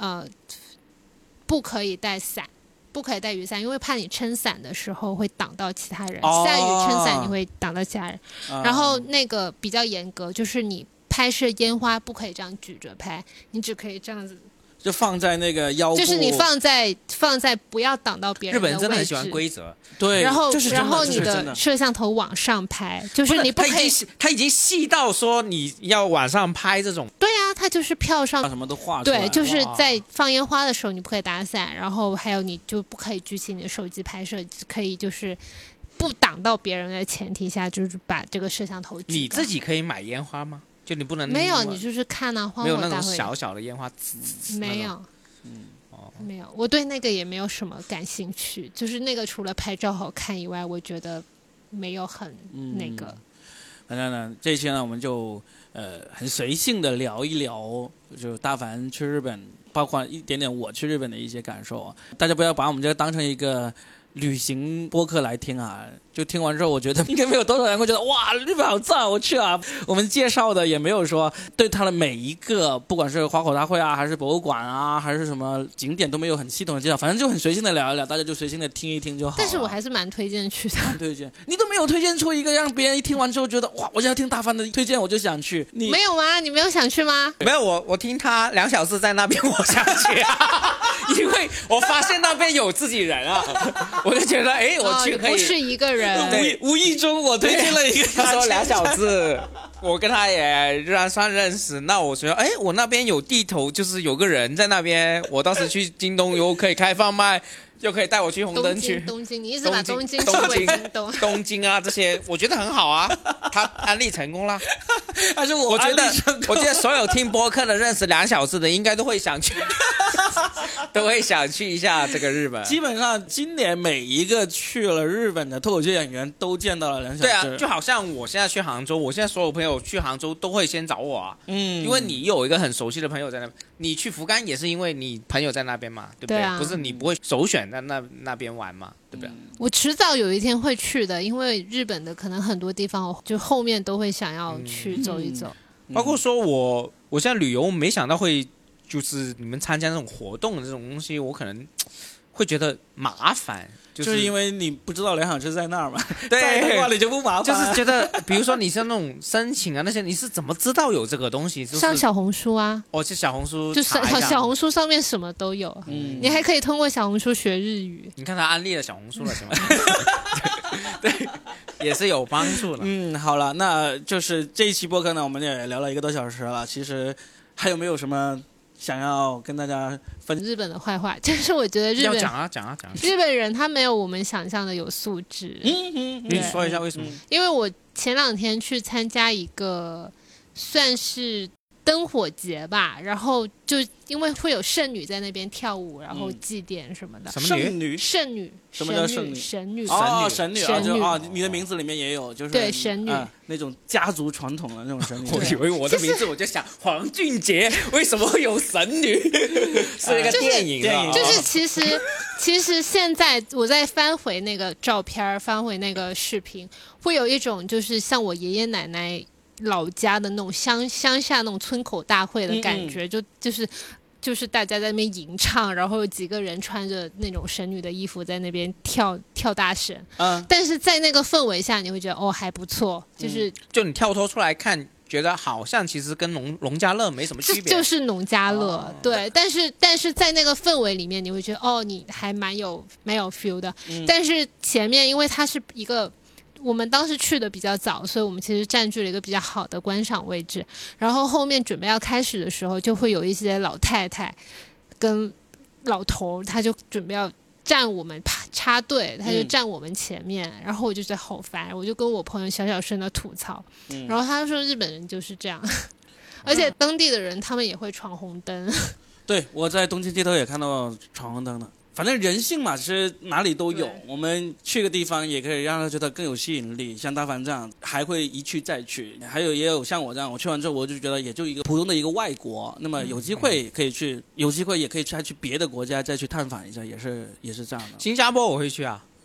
不可以带伞，不可以带雨伞，因为怕你撑伞的时候会挡到其他人，下雨撑伞你会挡到其他人。然后那个比较严格，就是你拍摄烟花不可以这样举着拍，你只可以这样子。 就放在那个腰部， 就是你放在不要挡到别人的位置。 日本人真的很喜欢规则， 对， 然后你的的摄像头往上拍，就是你不可以， 他已经细到说你要往上拍这种。 对啊，他就是票上什么都画出来。 对，就是在放烟花的时候你不可以打伞，然后还有你就不可以举起你的手机拍摄，可以就是不挡到别人的前提下，就是把这个摄像头举。 你自己可以买烟花吗？就你不能没有，你就是看啊， 没有那种小小的烟花， 没有，没有，我对那个也没有什么感兴趣，就是那个除了拍照好看以外，我觉得没有很那个。 反正呢，这期呢，我们就很随性的聊一聊，就大凡去日本，包括一点点我去日本的一些感受，大家不要把我们这个当成一个旅行播客来听啊，就听完之后我觉得应该没有多少人会觉得哇日本好赞我去啊。我们介绍的也没有说对它的每一个不管是花火大会啊还是博物馆啊还是什么景点都没有很系统的介绍，反正就很随性的聊一聊，大家就随性的听一听就好了。 但是我还是蛮推荐去的。 推荐你都没有推荐出一个让别人一听完之后觉得哇我想要听大帆的推荐我就想去。你没有吗？你没有想去吗？ 没有，我听他2小时在那边我想去啊因为我发现那边有自己人啊我就觉得我去可以， 不是一个人无意中我推荐了一个他说2小时我跟他也算认识，那我觉得我那边有地头，就是有个人在那边，我当时去京东又可以开放卖，又可以带我去红灯区。 东京，你一直把东京称为京东。 东京啊，这些我觉得很好啊，他安利成功了。 但是我觉得所有听播客的认识2小时的，应该都会想去，都会想去一下这个日本。 基本上今年每一个去了日本的脱口秀演员都见到了2小时。 对啊，就好像我现在去杭州，我现在所有朋友去杭州都会先找我啊，因为你有一个很熟悉的朋友在那边。你去福冈也是因为你朋友在那边嘛，对不对？ 对啊， 不是你不会首选在那边玩嘛，对不对？ 我迟早有一天会去的，因为日本的可能很多地方，就后面都会想要去走一走。 包括说我现在旅游，没想到会就是你们参加那种活动的这种东西，我可能会觉得麻烦。 就是因为你不知道2小时在那儿嘛， 对， 在的话你就不麻烦。 就是觉得，比如说你是那种申请啊那些，你是怎么知道有这个东西？就是上小红书啊， 去小红书， 就小红书上面什么都有，你还可以通过小红书学日语。 你看他安利了小红书了，行吗？对，也是有帮助的。 好了，那就是这一期播客呢，我们也聊了1个多小时了。其实还有没有什么想要跟大家分日本的坏话？就是我觉得日本要讲啊， 日本人他没有我们想象的有素质。 你说一下为什么？ 因为我前2天去参加一个算是灯火节吧，然后就因为会有圣女在那边跳舞，然后祭奠什么的。 什么女？ 圣女。 什么叫圣女？ 神女。 神女你的名字里面也有，就是对神女那种家族传统的那种神女。 我以为我的名字我就想黄俊杰，为什么会有神女？是一个电影。 就是其实现在我在翻回那个照片，翻回那个视频，会有一种就是像我爷爷奶奶老家的那种乡下那种村口大会的感觉，就是大家在那边吟唱，然后有几个人穿着那种神女的衣服在那边跳大神。但是在那个氛围下，你会觉得还不错， 就你跳脱出来看，觉得好像其实跟农家乐没什么区别， 就是农家乐。对，但是在那个氛围里面，你会觉得你还蛮有 feel 的。但是前面因为它是一个。我们当时去的比较早，所以我们其实占据了一个比较好的观赏位置。然后后面准备要开始的时候，就会有一些老太太跟老头，他就准备要站我们插队，他就站我们前面，然后我就觉得好烦，我就跟我朋友小声的吐槽。然后他就说日本人就是这样，而且当地的人他们也会闯红灯。 对，我在东京街头也看到闯红灯的。反正人性嘛，其实哪里都有。我们去个地方也可以让他觉得更有吸引力，像大凡这样还会一去再去。还有也有像我这样，我去完之后我就觉得也就一个普通的一个外国，那么有机会可以去，有机会也可以再去别的国家再去探访一下，也是这样的。 新加坡我会去啊。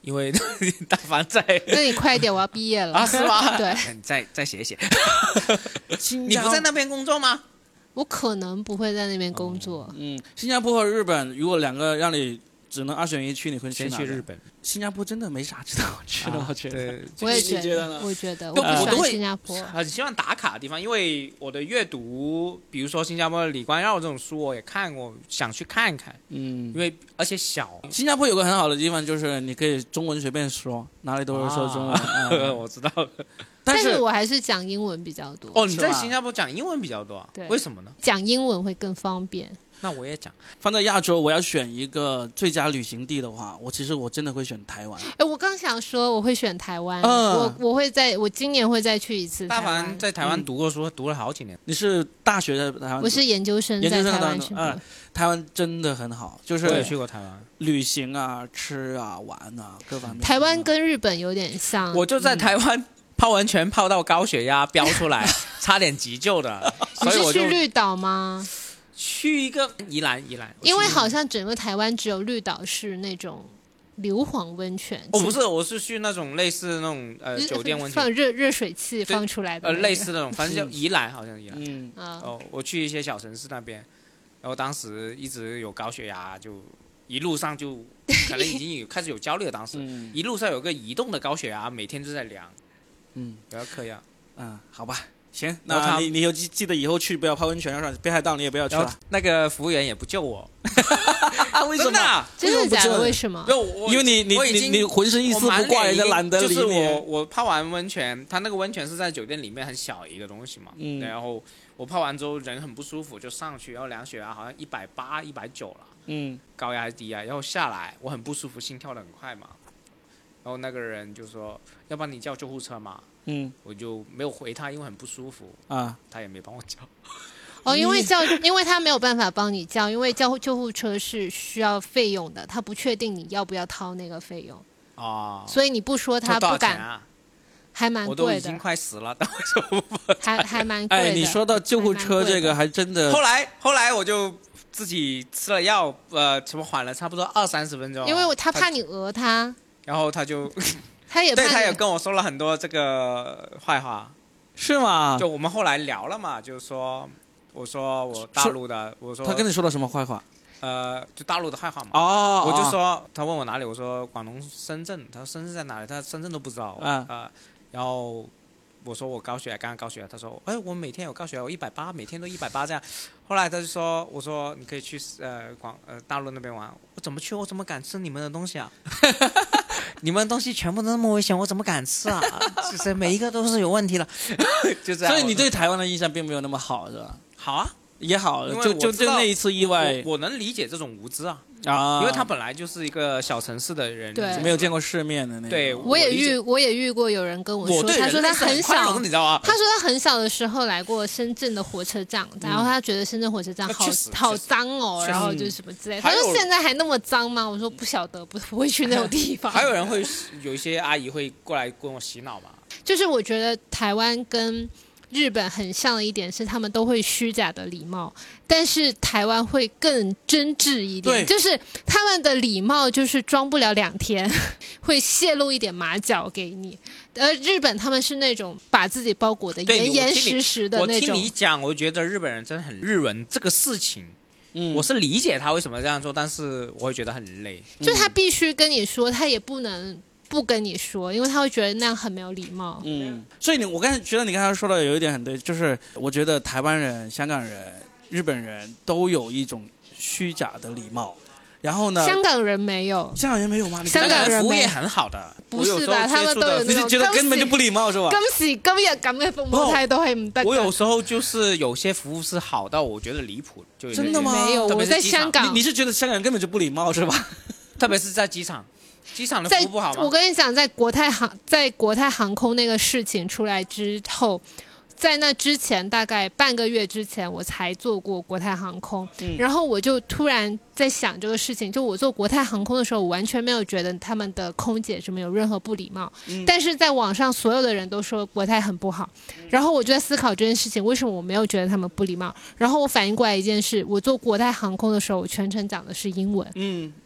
因为大凡在。 那你快点，我要毕业了啊，是吗？ 对， 你再写一写。你不在那边工作吗？ 我可能不会在那边工作。 新加坡和日本，如果两个让你只能2选1去，你会去哪？ 先去日本。 新加坡真的没啥值得我去的，我觉得。 对， 我也觉得呢。 我觉得， 我不喜欢新加坡。 很希望打卡的地方，因为我的阅读，比如说新加坡的李光耀这种书，我也看过，想去看看。因为而且小。 新加坡有个很好的地方，就是你可以中文随便说，哪里都是说中文。 我知道。 但是我还是讲英文比较多。 哦，你在新加坡讲英文比较多， 对， 为什么呢？ 讲英文会更方便。 那我也讲。 放在亚洲，我要选一个最佳旅行地的话，其实我真的会选台湾。 我刚想说我会选台湾，我今年会再去一次台湾。 大凡在台湾读过书，读了好几年。 你是大学在台湾？ 我是研究生在台湾去。 台湾真的很好，就是我也去过台湾， 旅行啊、吃啊、玩啊各方面。 台湾跟日本有点像。 我就在台湾泡温泉泡到高血压飙出来，差点急救的。所以我就你是去绿岛吗？ 去一个宜兰， 因为好像整个台湾只有绿岛是那种硫磺温泉。 不是，我是去那种类似那种酒店温泉， 放热水器放出来的类似那种，反正叫宜兰，好像宜兰。 我去一些小城市那边，然后当时一直有高血压，就一路上就可能已经开始有焦虑了。当时一路上有个移动的高血压，每天都在量，不要嗑药。 好吧。行，那你有记得以后去不要泡温泉，北海道你也不要去了。 那个服务员也不救我， 为什么？ 真的假的？为什么？ 因为你浑身一丝不挂，人家懒得理你。 就是我泡完温泉，他那个温泉是在酒店里面很小一个东西嘛，然后我泡完之后人很不舒服，就上去，然后量血压好像180、190了，高压还是低压，然后下来我很不舒服，心跳得很快嘛，然后那个人就说要不然你叫救护车嘛。我就没有回他，因为很不舒服他也没帮我叫。 因为他没有办法帮你叫，因为叫救护车是需要费用的，他不确定你要不要掏那个费用所以你不说他不敢。还蛮贵的， 我都已经快死了，但为什么不还蛮贵的。 你说到救护车这个还真的。 后来我就自己吃了药，什么缓了差不多20-30分钟， 因为他怕你讹他， 然后他就。 他也跟我说了很多这个坏话， 是吗？ 就我们后来聊了嘛，就是说，我说我大陆的，我说他跟你说了什么坏话？ 就大陆的坏话嘛。我就说他问我哪里，我说广东深圳，他说深圳在哪里？他深圳都不知道然后我说我高血压，刚刚高血压，他说我每天有高血压，我180，每天都180这样。后来他就说，我说你可以去大陆那边玩，我怎么去？我怎么敢吃你们的东西啊？你们的东西全部都那么危险，我怎么敢吃啊？就是每一个都是有问题的，就这样。 所以你对台湾的印象并没有那么好，是吧？ 好啊， 也好，就那一次意外， 我能理解这种无知因为他本来就是一个小城市的人， 没有见过世面的那种。 对， 我也遇过有人跟我说，他说他很小， 你知道吗？ 他说他很小的时候来过深圳的火车站，然后他觉得深圳火车站好脏哦，然后就是什么之类的。他说现在还那么脏吗？我说不晓得，不会去那种地方。 还有人会有一些阿姨会过来跟我洗脑嘛？ 就是我觉得台湾跟日本很像的一点是，他们都会虚假的礼貌，但是台湾会更真挚一点，就是他们的礼貌就是装不了2天，会泄露一点马脚给你。而日本他们是那种把自己包裹的严严实实的那种。 我听你讲，我觉得日本人真的很日文这个事情。我是理解他为什么这样做，但是我会觉得很累。 就他必须跟你说，他也不能不跟你说，因为他会觉得那样很没有礼貌。 所以我刚才觉得你刚才说的有一点很对，就是我觉得台湾人、香港人、日本人都有一种虚假的礼貌。然后呢？ 香港人没有。 香港人没有吗？ 香港人服务业很好的。 不是吧？他们都有那种。 你觉得根本就不礼貌是吧？ 今時今日咁嘅服務態度係唔得。 我有時候就是有些服務是好到我覺得離譜。 真的嗎？ 沒有，我在香港。 你是覺得香港人根本就不禮貌是吧？ 特別是在機場。機場的服務不好嗎？ 我跟你講，在國泰航空那個事情出來之後。在那之前大概半個月之前我才做過國泰航空，然後我就突然在想這個事情，就我做國泰航空的時候我完全沒有覺得他們的空姐是沒有任何不禮貌，但是在網上所有的人都說國泰很不好，然後我就在思考這件事情為什麼我沒有覺得他們不禮貌，然後我反應過來一件事，我做國泰航空的時候我全程講的是英文，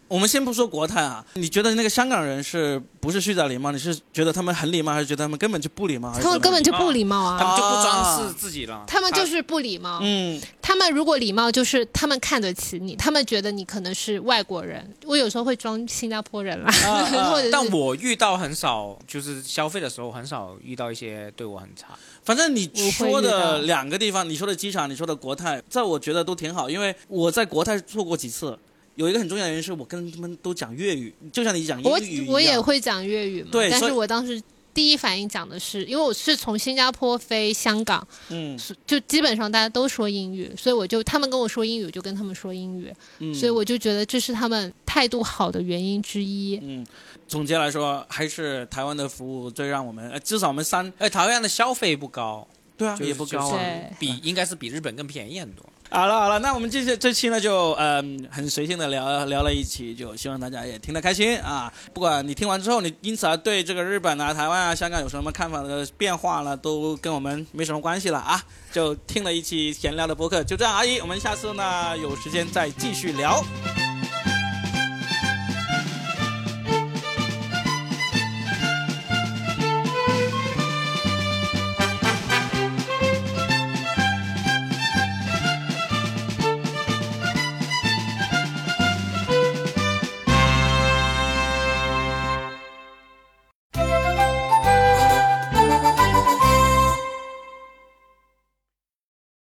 我们先不说国泰啊，你觉得那个香港人是不是虚假礼貌？你是觉得他们很礼貌，还是觉得他们根本就不礼貌？ 他们根本就不礼貌啊！ 他们就不装饰自己了， 他们就是不礼貌。他们如果礼貌，就是他们看得起你，他们觉得你可能是外国人。我有时候会装新加坡人啦，或者但我遇到很少，就是消费的时候很少遇到一些对我很差。 反正你说的两个地方，你说的机场，你说的国泰，在我觉得都挺好，因为我在国泰做过几次。有一个很重要的原因是我跟他们都讲粤语，就像你讲英语一样。 我也会讲粤语嘛， 对， 但是我当时第一反应讲的是，因为我是从新加坡飞香港，就基本上大家都说英语，所以他们跟我说英语，我就跟他们说英语，所以我就觉得这是他们态度好的原因之一。 总结来说，还是台湾的服务最让我们，至少我们台湾的消费不高， 对啊，也不高啊， 应该是比日本更便宜很多。 好了，那我们这期呢就很随性的聊了一期，就希望大家也听得开心啊。不管你听完之后，你因此而对这个日本啊、台湾啊、香港有什么看法的变化了，都跟我们没什么关系了啊。就听了一期闲聊的播客，就这样而已。我们下次呢有时间再继续聊。